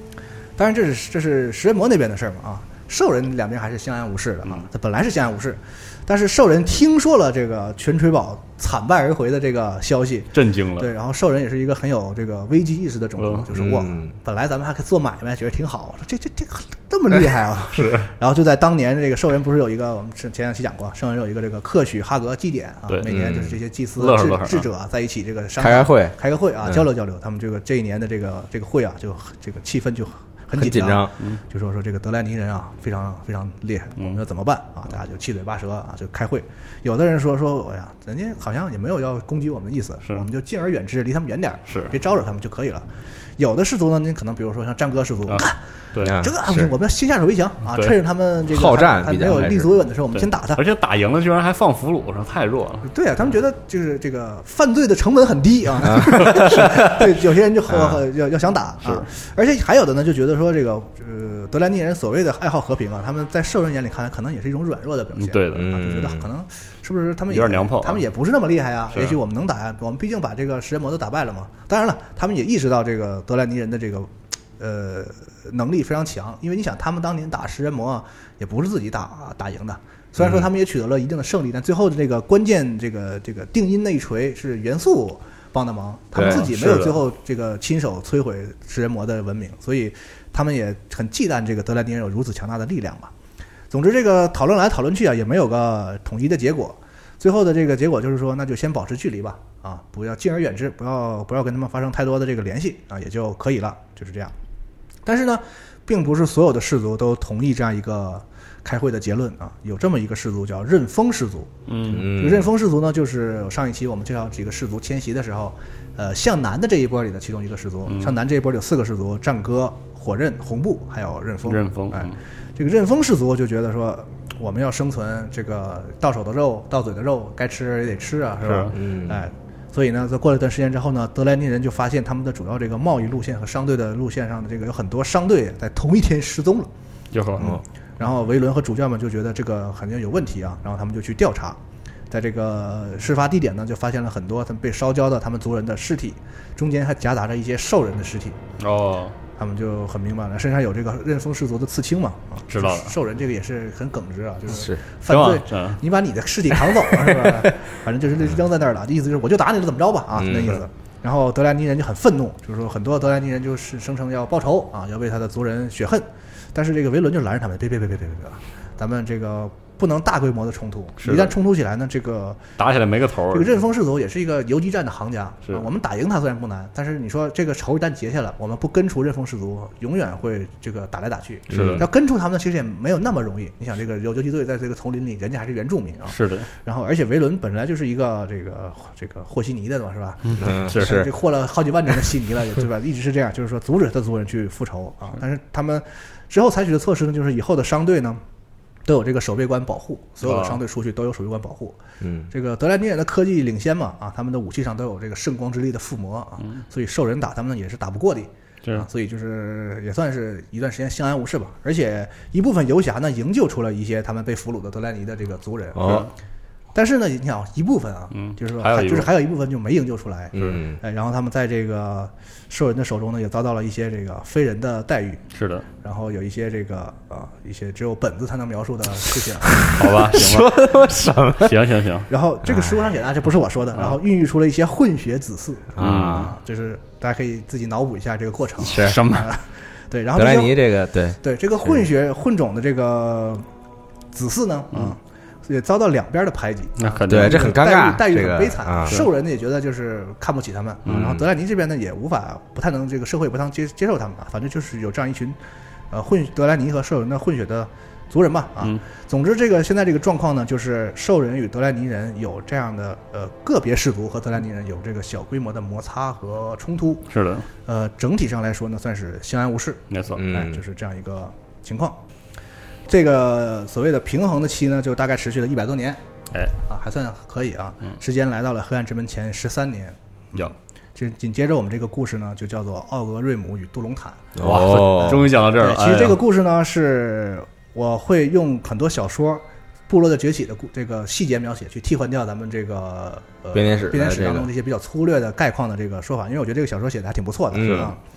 当然这是食人魔那边的事儿嘛啊，兽人两边还是相安无事的啊，他本来是相安无事，但是兽人听说了这个全锤堡惨败而回的这个消息， 震惊了。 对，然后兽人也是一个很有这个危机意识的种族，就是哇，本来咱们还可以做买卖，觉得挺好，这这么厉害啊！ 是。 然后就在当年，这个兽人不是有一个，我们前两期讲过，兽人有一个这个克许哈格祭典啊，每年就是这些祭司智者在一起这个开个会啊，交流交流，他们这一年的这个会啊，就这个气氛就很紧张，就说这个德莱尼人啊，非常非常厉害，我们要怎么办啊？大家就七嘴八舌啊，就开会。有的人说哎呀，人家好像也没有要攻击我们的意思，我们就敬而远之，离他们远点，别招惹他们就可以了。有的氏族呢，你可能比如说像战歌氏族， 对， 这个我们要先下手为强啊，趁着他们这个好战还没有立足为稳的时候，我们先打他。 而且打赢了居然还放俘虏，太弱了。 对啊，他们觉得就是这个犯罪的成本很低啊。对，有些人就要想打啊，而且还有的呢就觉得说这个德莱尼人所谓的爱好和平啊，他们在兽人眼里看来可能也是一种软弱的表现。 对的， 就觉得可能是不是他们有点娘炮， 他们也不是那么厉害啊。也许我们能打呀，我们毕竟把这个食人魔都打败了嘛。当然了，他们也意识到这个德莱尼人的这个能力非常强，因为你想他们当年打食人魔也不是自己打赢的，虽然说他们也取得了一定的胜利，但最后的这个关键这个定音那一锤是元素帮的忙，他们自己没有最后这个亲手摧毁食人魔的文明，所以他们也很忌惮这个德莱尼人有如此强大的力量吧。总之这个讨论来讨论去啊，也没有个统一的结果。最后的这个结果就是说，那就先保持距离吧，啊，不要敬而远之，不要跟他们发生太多的这个联系啊，也就可以了，就是这样。但是呢，并不是所有的氏族都同意这样一个开会的结论啊。有这么一个氏族叫刃锋氏族，这个刃锋氏族呢，就是上一期我们介绍几个氏族迁徙的时候，向南的这一波里的其中一个氏族，向南这一波有4个氏族：战歌、火刃、红布，还有刃锋。哎，这个刃锋氏族就觉得说，我们要生存，这个到手的肉、到嘴的肉，该吃也得吃啊，是吧？哎。所以呢，在过了一段时间之后呢，德莱尼人就发现他们的主要这个贸易路线和商队的路线上的这个有很多商队在同一天失踪了。然后维伦和主教们就觉得这个肯定有问题啊，然后他们就去调查，在这个事发地点呢，就发现了很多他们被烧焦的他们族人的尸体，中间还夹杂着一些兽人的尸体。他们就很明白了，身上有这个刃锋氏族的刺青嘛， 知道了。 兽人这个也是很耿直啊，就是犯罪，你把你的尸体扛走了是吧？反正就是扔在那儿了，意思就是我就打你了，怎么着吧啊，那意思。然后德莱尼人就很愤怒，就是说很多德莱尼人就是声称要报仇啊，要为他的族人雪恨。但是这个维伦就拦着他们，别，咱们这个不能大规模的冲突，一旦冲突起来呢，这个打起来没个头。 这个刃锋氏族也是一个游击战的行家，我们打赢他虽然不难，但是你说这个仇一旦结下来，我们不根除刃锋氏族，永远会这个打来打去。 是的， 要根除他们其实也没有那么容易。你想这个游击队在这个丛林里，人家还是原住民啊。 是的。 然后而且维伦本来就是一个这个和稀泥的嘛，是吧？ 是这和了好几万年的稀泥了，对吧？一直是这样，就是说阻止他的族人去复仇啊。但是他们之后采取的措施呢，就是以后的商队呢，都有这个守备官保护，所有的商队出去都有守备官保护。这个德莱尼人的科技领先嘛，啊，他们的武器上都有这个圣光之力的附魔啊，所以兽人打他们呢也是打不过的。所以就是也算是一段时间相安无事吧。而且一部分游侠呢营救出了一些他们被俘虏的德莱尼的这个族人。但是呢，你想一部分啊，就是说还有一部分就没营救出来。然后他们在这个兽人的手中呢，也遭到了一些这个非人的待遇。 是的。 然后有一些这个一些只有本子才能描述的事情。 好吧，行吧。 说他妈什么？ 行。 然后这个书上写的，这不是我说的。然后孕育出了一些混血子嗣就是大家可以自己脑补一下这个过程。 是什么？ 对，然后德莱尼这个对这个混种的这个子嗣呢，也遭到两边的排挤， 对，这很尴尬， 待遇很悲惨。兽人呢也觉得就是看不起他们，然后德莱尼这边呢也不太能这个社会不太能接受他们吧，反正就是有这样一群德莱尼和兽人的混血的族人吧总之这个现在这个状况呢，就是兽人与德莱尼人有这样的个别氏族和德莱尼人有这个小规模的摩擦和冲突。 是的。 整体上来说呢，算是相安无事。 没错。 就是这样一个情况。这个所谓的平衡的期呢，就大概持续了100多年，还算可以啊。时间来到了黑暗之门前13年。就紧接着我们这个故事呢，就叫做奥俄瑞姆与杜隆坦。 哇，终于讲到这儿了。 其实这个故事呢，是我会用很多小说部落的崛起的这个细节描写去替换掉咱们这个编年史当中这些比较粗略的概况的这个说法，因为我觉得这个小说写的还挺不错的。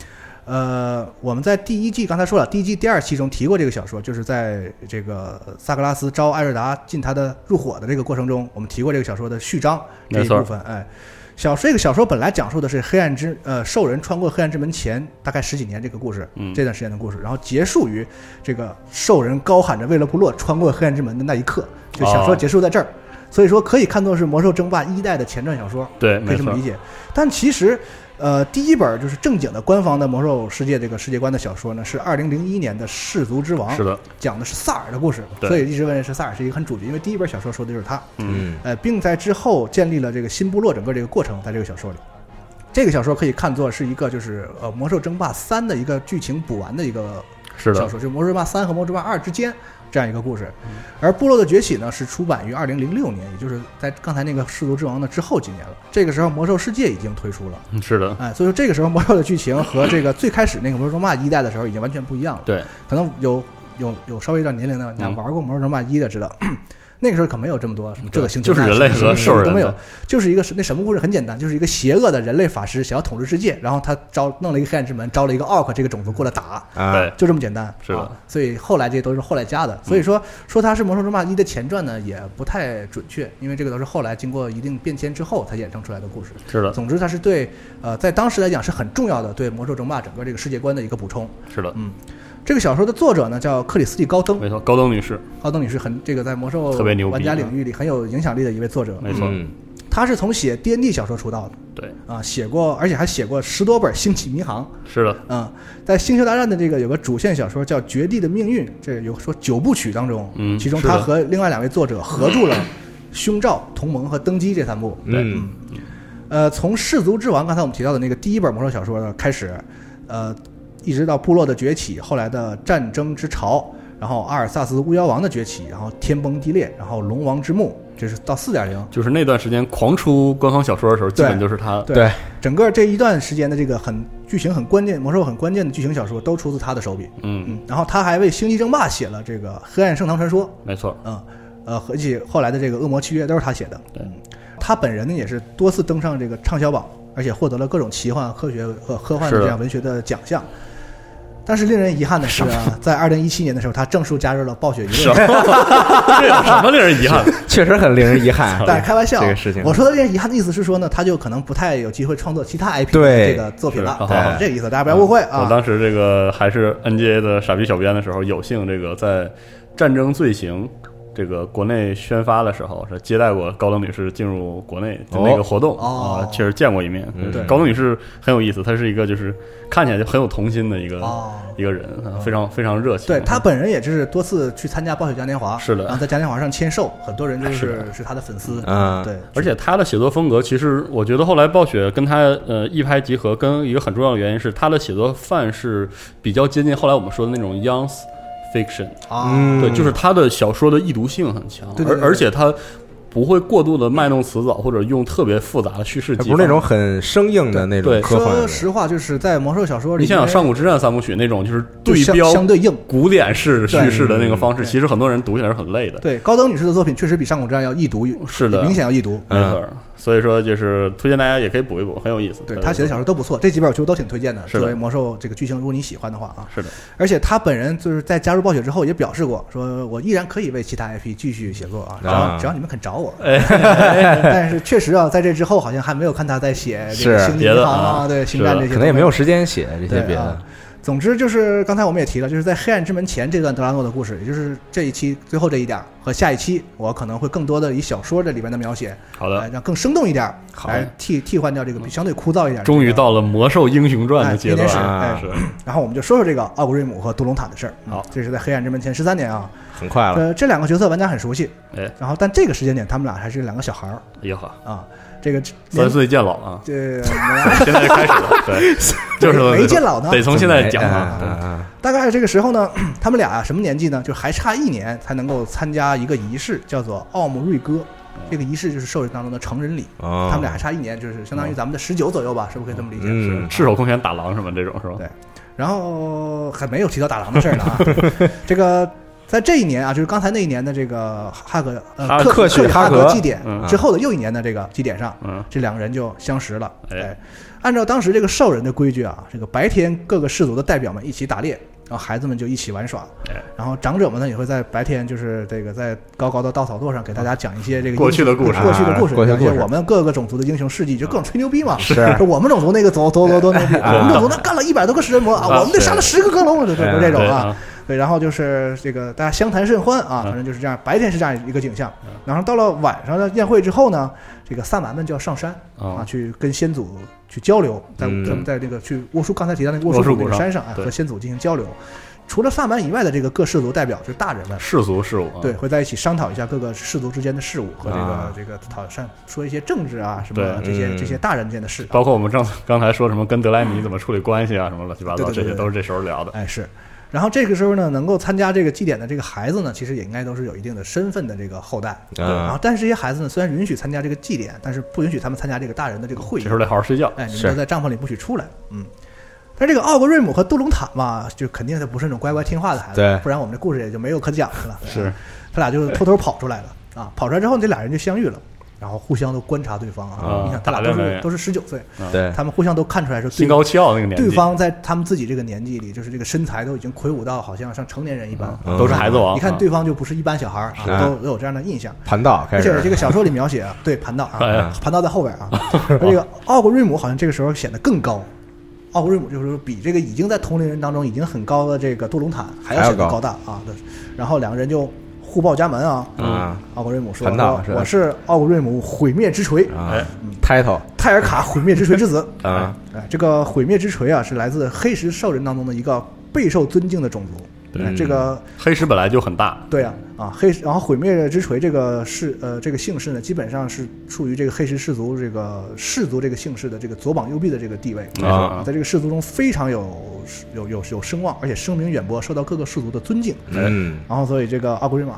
我们在第一季刚才说了，第一季第2期中提过这个小说，就是在这个萨格拉斯招艾瑞达进他的入伙的这个过程中，我们提过这个小说的序章这一部分。哎，这个小说本来讲述的是兽人穿过黑暗之门前大概10几年这个故事，这段时间的故事，然后结束于这个兽人高喊着为了部落穿过黑暗之门的那一刻，就小说结束在这儿。所以说可以看作是魔兽争霸1代的前传小说， 对， 可以这么理解。但其实第一本就是正经的官方的魔兽世界这个世界观的小说呢，是2001年的氏族之王， 是的， 讲的是萨尔的故事，所以一直认为是萨尔是一个很主角，因为第一本小说说的就是他，并在之后建立了这个新部落整个这个过程，在这个小说里，这个小说可以看作是一个就是魔兽争霸3的一个剧情补完的一个小说，就是魔兽争霸3和魔兽争霸2之间这样一个故事。而部落的崛起呢是出版于2006年，也就是在刚才那个氏族之王的之后几年了。这个时候魔兽世界已经推出了， 是的， 所以说这个时候魔兽的剧情和这个最开始那个魔兽争霸1代的时候已经完全不一样了。对，可能有稍微有点年龄的，你玩过魔兽争霸1的知道。那个时候可没有这么多什么这个星球， 就是人类和兽人都没有，就是一个那什么故事很简单，就是一个邪恶的人类法师想要统治世界，然后他弄了一个黑暗之门，招了一个奥克这个种族过来打， 对， 就这么简单。 是的， 所以后来这些都是后来加的，所以说它是魔兽争霸1的前传呢，也不太准确，因为这个都是后来经过一定变迁之后才衍生出来的故事。 是的， 总之它是对在当时来讲是很重要的对魔兽争霸整个这个世界观的一个补充。 是的， 这个小说的作者呢叫克里斯蒂·高登， 没错，高登女士这个在魔兽特别牛逼， 玩家领域里很有影响力的一位作者， 没错， 他是从写 D&D 小说出道的， 对写过，而且还写过10多本星际迷航， 是的， 在星球大战的这个有个主线小说叫《绝地的命运》，这有说9部曲当中，其中他和另外2位作者合著了《胸罩》《同盟》和《登基》这3部，从氏族之王刚才我们提到的那个第一本魔兽小说开始，一直到部落的崛起，后来的战争之潮，然后阿尔萨斯巫妖王的崛起，然后天崩地裂，然后龙王之墓，这是到 4.0， 就是那段时间狂出官方小说的时候，基本就是他。 对，整个这一段时间的这个剧情很关键，魔兽很关键的剧情小说都出自他的手笔。然后他还为星际争霸写了这个黑暗圣堂传说， 没错。 而且后来的这个恶魔契约都是他写的。他本人呢也是多次登上这个畅销榜，而且获得了各种奇幻、科学和科幻的这样文学的奖项。但是令人遗憾的是在2017年的时候，他正式加入了暴雪娱乐。 这有什么令人遗憾？ 确实很令人遗憾。 但是开玩笑， 这个事情， 我说的令人遗憾的意思是说呢，他就可能不太有机会创作其他 IP 的这个作品了。这个意思，大家不要误会啊。 我当时这个还是 NGA 的傻逼小编的时候，有幸这个在战争罪行这个国内宣发的时候，是接待过高登女士进入国内的那个活动确实见过一面。高登女士很有意思，她是一个就是看起来就很有童心的一个人，非常非常热情。 对，她本人也是多次去参加暴雪嘉年华， 是的， 然后在嘉年华上签售，很多人就是她的粉丝。对， 而且她的写作风格，其实我觉得后来暴雪跟她一拍即合，跟一个很重要的原因是她的写作范式比较接近后来我们说的那种 young fiction 对，就是他的小说的易读性很强，而且他不会过度的卖弄词藻，或者用特别复杂的叙事技法， 不是那种很生硬的那种科幻。 说实话，就是在魔兽小说里， 你想想《上古之战3部曲》那种就是对标相对硬古典式叙事的那个方式，其实很多人读起来是很累的。 对，高登女士的作品确实比《上古之战》要易读， 是的， 明显要易读， 没错。所以说，就是推荐大家也可以补一补，很有意思。 对，他写的小说都不错，这几本我觉得都挺推荐的。作为魔兽这个剧情，如果你喜欢的话啊， 是的。 而且他本人就是在加入暴雪之后也表示过，说我依然可以为其他 IP 继续写作啊，只要你们肯找我。但是确实在这之后好像还没有看他在写这个星际迷航啊，对，星战这些， 可能也没有时间写这些别的。 总之就是刚才我们也提了，就是在黑暗之门前这段德拉诺的故事，也就是这一期最后这一点和下一期，我可能会更多的以小说这里边的描写， 好的， 让更生动一点，来替换掉这个相对枯燥一点。 终于到了魔兽英雄传的阶段， 是。然后我们就说说这个奥古瑞姆和杜隆塔的事儿。好，这是在黑暗之门前13年啊， 很快了。 这2个角色玩家很熟悉，然后但这个时间点他们俩还是2个小孩儿。 哎呦呵啊。这个 3岁见老啊， 这现在就开始了，对，就是没见老呢， 得从现在讲啊。 大概这个时候呢，他们俩什么年纪呢？就还差1年才能够参加一个仪式，叫做奥姆瑞哥。这个仪式就是兽人当中的成人礼。他们俩还差1年，就是相当于咱们的19左右吧，是不是可以这么理解？ 是赤手空拳打狼什么这种是吧？ 对，然后还没有提到打狼的事儿呢啊。这个在这一年啊，就是刚才那一年的这个克许哈格祭典之后的又一年的这个祭典上，这两个人就相识了。哎，按照当时这个兽人的规矩啊，这个白天各个氏族的代表们一起打猎，然后孩子们就一起玩耍，然后长者们呢也会在白天就是这个在高高的稻草垛上给大家讲一些这个过去的故事， 讲一些我们各个种族的英雄事迹，就各种吹牛逼嘛。 是我们种族那个多牛逼，我们种族那干了100多个食人魔啊，我们那杀了10个恶龙，就这种啊。对，然后就是这个大家相谈甚欢啊，反正就是这样。白天是这样一个景象，然后到了晚上的宴会之后呢，这个萨满们就要上山啊，去跟先祖去交流，在这个去沃书刚才提到那个沃书谷那个山上和先祖进行交流。除了萨满以外的这个各氏族代表，就是大人们氏族事务， 对，会在一起商讨一下各个氏族之间的事务和这个说一些政治啊什么这些大人之间的事， 包括我们刚才说什么跟德莱尼怎么处理关系啊什么乱七八糟，这些都是这时候聊的。 哎，是。然后这个时候呢，能够参加这个祭典的这个孩子呢，其实也应该都是有一定的身份的这个后代。然后，但是这些孩子呢，虽然允许参加这个祭典，但是不允许他们参加这个大人的这个会议。 这时候得好好睡觉。 哎，你们都在帐篷里不许出来。但这个奥格瑞姆和杜隆坦嘛，就肯定他不是那种乖乖听话的孩子，不然我们这故事也就没有可讲的了。 是， 他俩就偷偷跑出来了啊！跑出来之后，这俩人就相遇了。然后互相都观察对方啊，你看他俩都是19岁， 对， 他们互相都看出来说心高气傲那个年纪， 对方在他们自己这个年纪里，就是这个身材都已经魁梧到好像像成年人一般， 都是孩子王。 你看对方就不是一般小孩啊，都有这样的印象。 盘道， 而且这个小说里描写啊，对盘道啊，盘道在后边啊。这个奥格瑞姆好像这个时候显得更高，奥格瑞姆就是说比这个已经在同龄人当中已经很高的这个杜隆坦还要显得高大啊。然后两个人就互报家门啊！奥格瑞姆说：“我是奥格瑞姆毁灭之锤 ，title 泰尔卡毁灭之锤之子啊！这个毁灭之锤啊，是来自黑石兽人当中的一个备受尊敬的种族。这个黑石本来就很大， 对啊，然后毁灭之锤这个这个姓氏呢，基本上是处于这个黑石氏族这个氏族这个姓氏的这个左膀右臂的这个地位啊，在这个氏族中非常有声望，而且声名远播，受到各个氏族的尊敬。然后所以这个奥格瑞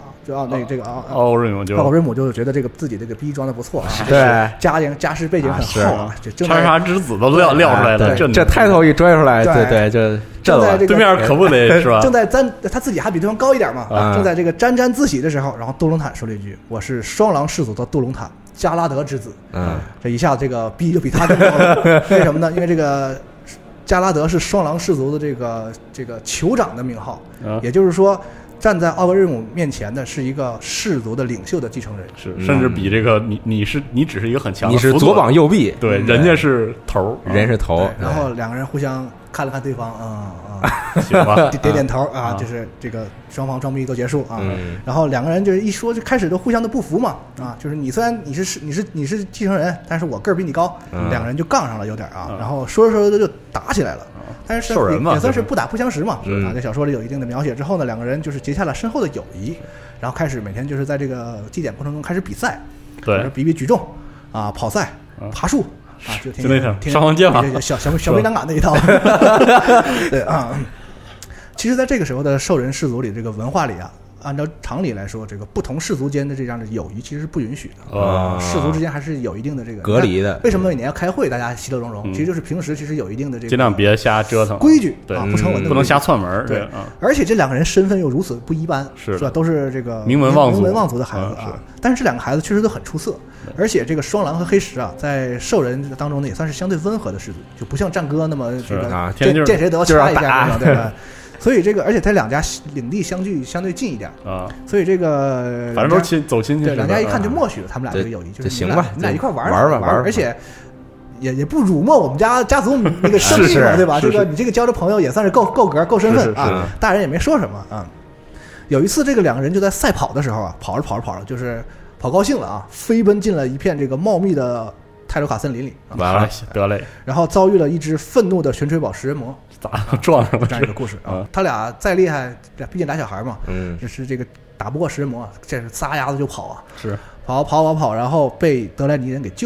姆就觉得这个自己这个逼装的不错啊， 对， 家世背景很厚啊，这叉叉之子都撂出来了， 这title一拽出来，对，这正在这个对面可不得是吧？ 正在他自己还比对方高一点嘛，正在这个沾沾自喜的时候，然后杜隆坦说了一句：“我是双狼氏族的杜隆坦，加拉德之子。”这一下这个逼就比他更高了。为什么呢？因为这个加拉德是双狼氏族的这个酋长的名号，也就是说，站在奥格瑞姆面前的是一个氏族的领袖的继承人， 甚至比这个你只是一个很强的， 你是左膀右臂， 对，人家是头， 人是头， 然后两个人互相看了看对方， 行吧， 点头啊，就是这个双方装逼都结束啊，然后两个人就是一说就开始都互相的不服嘛，就是你虽然你是继承人，但是我个儿比你高，两个人就杠上了有点啊，然后说着就打起来了。但是也算是不打不相识嘛，在小说里有一定的描写之后呢，两个人就是结下了深厚的友谊，然后开始每天就是在这个祭典过程中开始比赛， 对， 比举重啊，跑赛，爬树啊，就那种双方接法， 小没胆敢那一套，对啊。其实，在这个时候的兽人氏族里，这个文化里啊，按照常理来说，这个不同氏族间的这样的友谊其实是不允许的。氏族之间还是有一定的这个隔离的。 为什么每年要开会，大家其乐融融？其实就是平时其实有一定的这个尽量别瞎折腾规矩， 对， 不成文的， 不能瞎窜门。 对，而且这两个人身份又如此不一般，是吧？都是这个名门望族的孩子啊。但是这两个孩子确实都很出色，而且这个双狼和黑石啊，在兽人当中呢，也算是相对温和的氏族，就不像战歌那么这个见谁都要掐一下，对吧？所以这个，而且他两家领地相对近一点啊，所以这个反正都是走亲戚， 对，两家一看就默许了他们俩这个友谊，就是行吧， 你俩一块玩， 而且也不辱没我们家族那个生意嘛，对吧？这个你这个交的朋友也算是够格够身份啊，大人也没说什么啊。有一次，这个两个人就在赛跑的时候啊，跑着，就是跑高兴了啊，飞奔进了一片这个茂密的泰罗卡森林里， 完了得嘞， 然后遭遇了一只愤怒的悬垂堡食人魔。 撞上了这样一个故事啊！他俩再厉害，毕竟俩小孩嘛，就是这个打不过食人魔，这是撒丫子就跑啊， 是跑，然后被德莱尼人给救了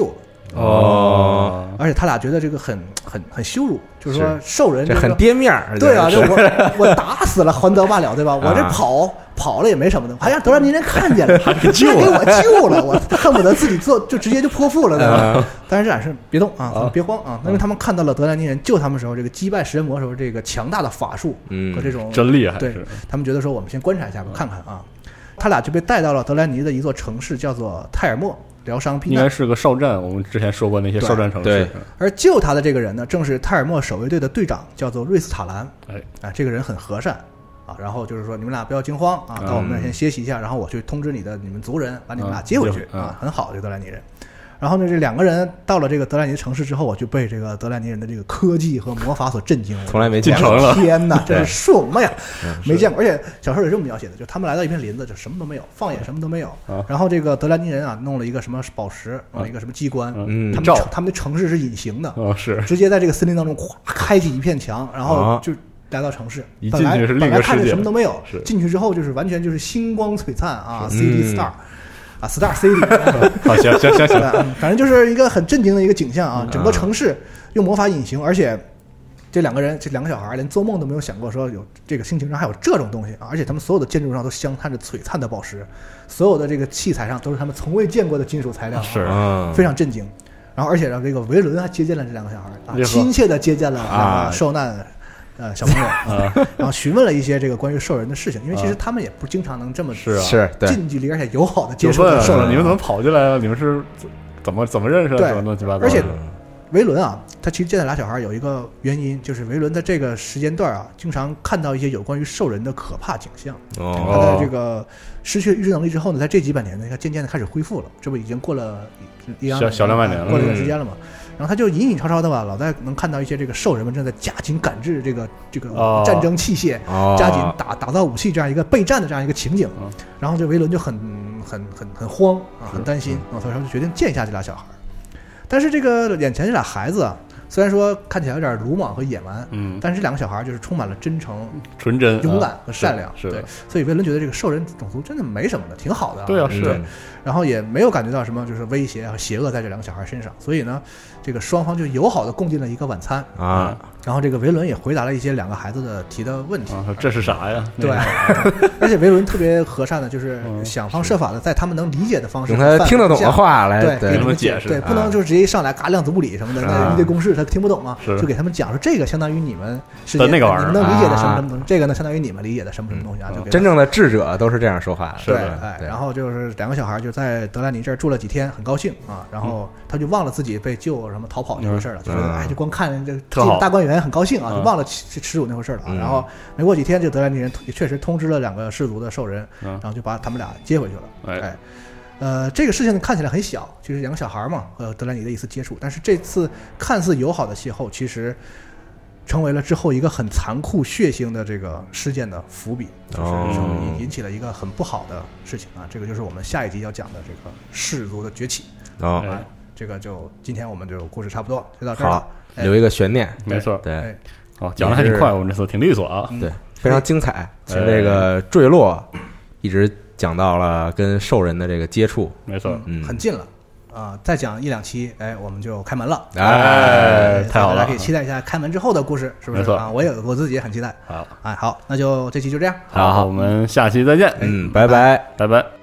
哦， 而且他俩觉得这个很羞辱，就是说兽人这很跌面儿。 对啊，我打死了还得罢了，对吧？我这跑了也没什么的，还让德兰尼人看见了，还给我救了，我恨不得自己就直接就泼妇了，对吧？但是这俩是别动啊，别慌啊，因为他们看到了德兰尼人救他们时候，这个击败食人魔时候这个强大的法术和这种真厉害， 对他们觉得说我们先观察一下吧，看看啊。他俩就被带到了德兰尼的一座城市，叫做泰尔默，疗伤避难， 应该是个哨站。我们之前说过那些哨站城市。 对， 而救他的这个人呢，正是泰尔默守卫队的队长，叫做瑞斯塔兰。这个人很和善啊。然后就是说，你们俩不要惊慌啊，到我们那儿先歇息一下，然后我去通知你们族人，把你们俩接回去啊，很好，这个德兰尼人。然后呢，这两个人到了这个德兰尼城市之后，我就被这个德兰尼人的这个科技和魔法所震惊了。 从来没见过， 天哪，这是什么呀？没见过。而且小说有这么描写的，就他们来到一片林子，就什么都没有，放眼什么都没有。然后这个德兰尼人啊，弄了一个什么宝石，弄了一个什么机关，他们的城市是隐形的， 是直接在这个森林当中咵开启一片墙，然后就来到城市。 一进去是另一个世界， 本来看着什么都没有，进去之后就是完全就是星光璀璨啊 ，CD Star。啊 ，Star City， 好，行， 反正就是一个很震惊的一个景象啊！整个城市用魔法隐形，而且这两个小孩连做梦都没有想过说有这个星球上还有这种东西啊！而且他们所有的建筑上都镶嵌着璀璨的宝石，所有的这个器材上都是他们从未见过的金属材料， 是非常震惊。然后而且让这个维伦还接见了这两个小孩啊，亲切的接见了两个受难。小朋友然后询问了一些这个关于兽人的事情，因为其实他们也不经常能这么近距离而且友好的接触到兽人。 你们怎么跑进来了？你们是怎么认识的？什么乱七八糟的？ 而且维伦啊，他其实见到俩小孩有一个原因，就是维伦在这个时间段啊，经常看到一些有关于兽人的可怕景象。他的这个失去预知能力之后呢，在这几百年呢，他渐渐的开始恢复了，这不已经过了小200年了， 过了一段时间了嘛。然后他就隐隐绰绰的吧，老在能看到一些这个兽人们正在加紧赶制这个战争器械，加紧打造武器这样一个备战的这样一个情景。然后这维伦就很慌啊，很担心啊，所以说就决定见一下这俩小孩。但是这个眼前这俩孩子啊，虽然说看起来有点鲁莽和野蛮，但是这两个小孩就是充满了真诚、 纯真、 勇敢和善良。 是对，所以维伦觉得这个兽人种族真的没什么的，挺好的。 对啊，是。 然后也没有感觉到什么就是威胁和邪恶在这两个小孩身上，所以呢，这个双方就友好的共进了一个晚餐啊。然后这个维伦也回答了一些两个孩子的提的问题。 这是啥呀？ 对，而且维伦特别和善的，就是想方设法的在他们能理解的方式， 用他听得懂的话来给他们解释。 对，不能就直接一上来嘎量子物理什么的，那一堆公式他听不懂嘛，就给他们讲说这个相当于你们世界那个玩意儿， 你们能理解的什么什么东西，这个呢相当于你们理解的什么什么东西啊。就真正的智者都是这样说话的。 对，然后就是两个小孩就在德兰尼这儿住了几天，很高兴啊，然后他就忘了自己被救什么逃跑这回事了，就觉得就光看这大观园很高兴啊，就忘了耻辱那回事了啊。然后没过几天，这德兰尼人也确实通知了两个氏族的兽人，然后就把他们俩接回去了。这个事情看起来很小，就是两个小孩嘛和德兰尼的一次接触，但是这次看似友好的邂逅，其实成为了之后一个很残酷血腥的这个事件的伏笔，就是引起了一个很不好的事情啊。这个就是我们下一集要讲的这个氏族的崛起这个就今天我们就故事差不多就到这儿了。 留一个悬念， 没错， 对， 讲的还挺快，我们这次挺利索啊， 对，非常精彩。从这个坠落一直讲到了跟兽人的这个接触， 没错， 很近了啊。再讲1-2期，我们就开门了， 太好了， 大家可以期待一下开门之后的故事，是不是？ 没错啊，我自己也很期待。好，那就这期就这样。 好，我们下期再见。 拜拜， 拜拜。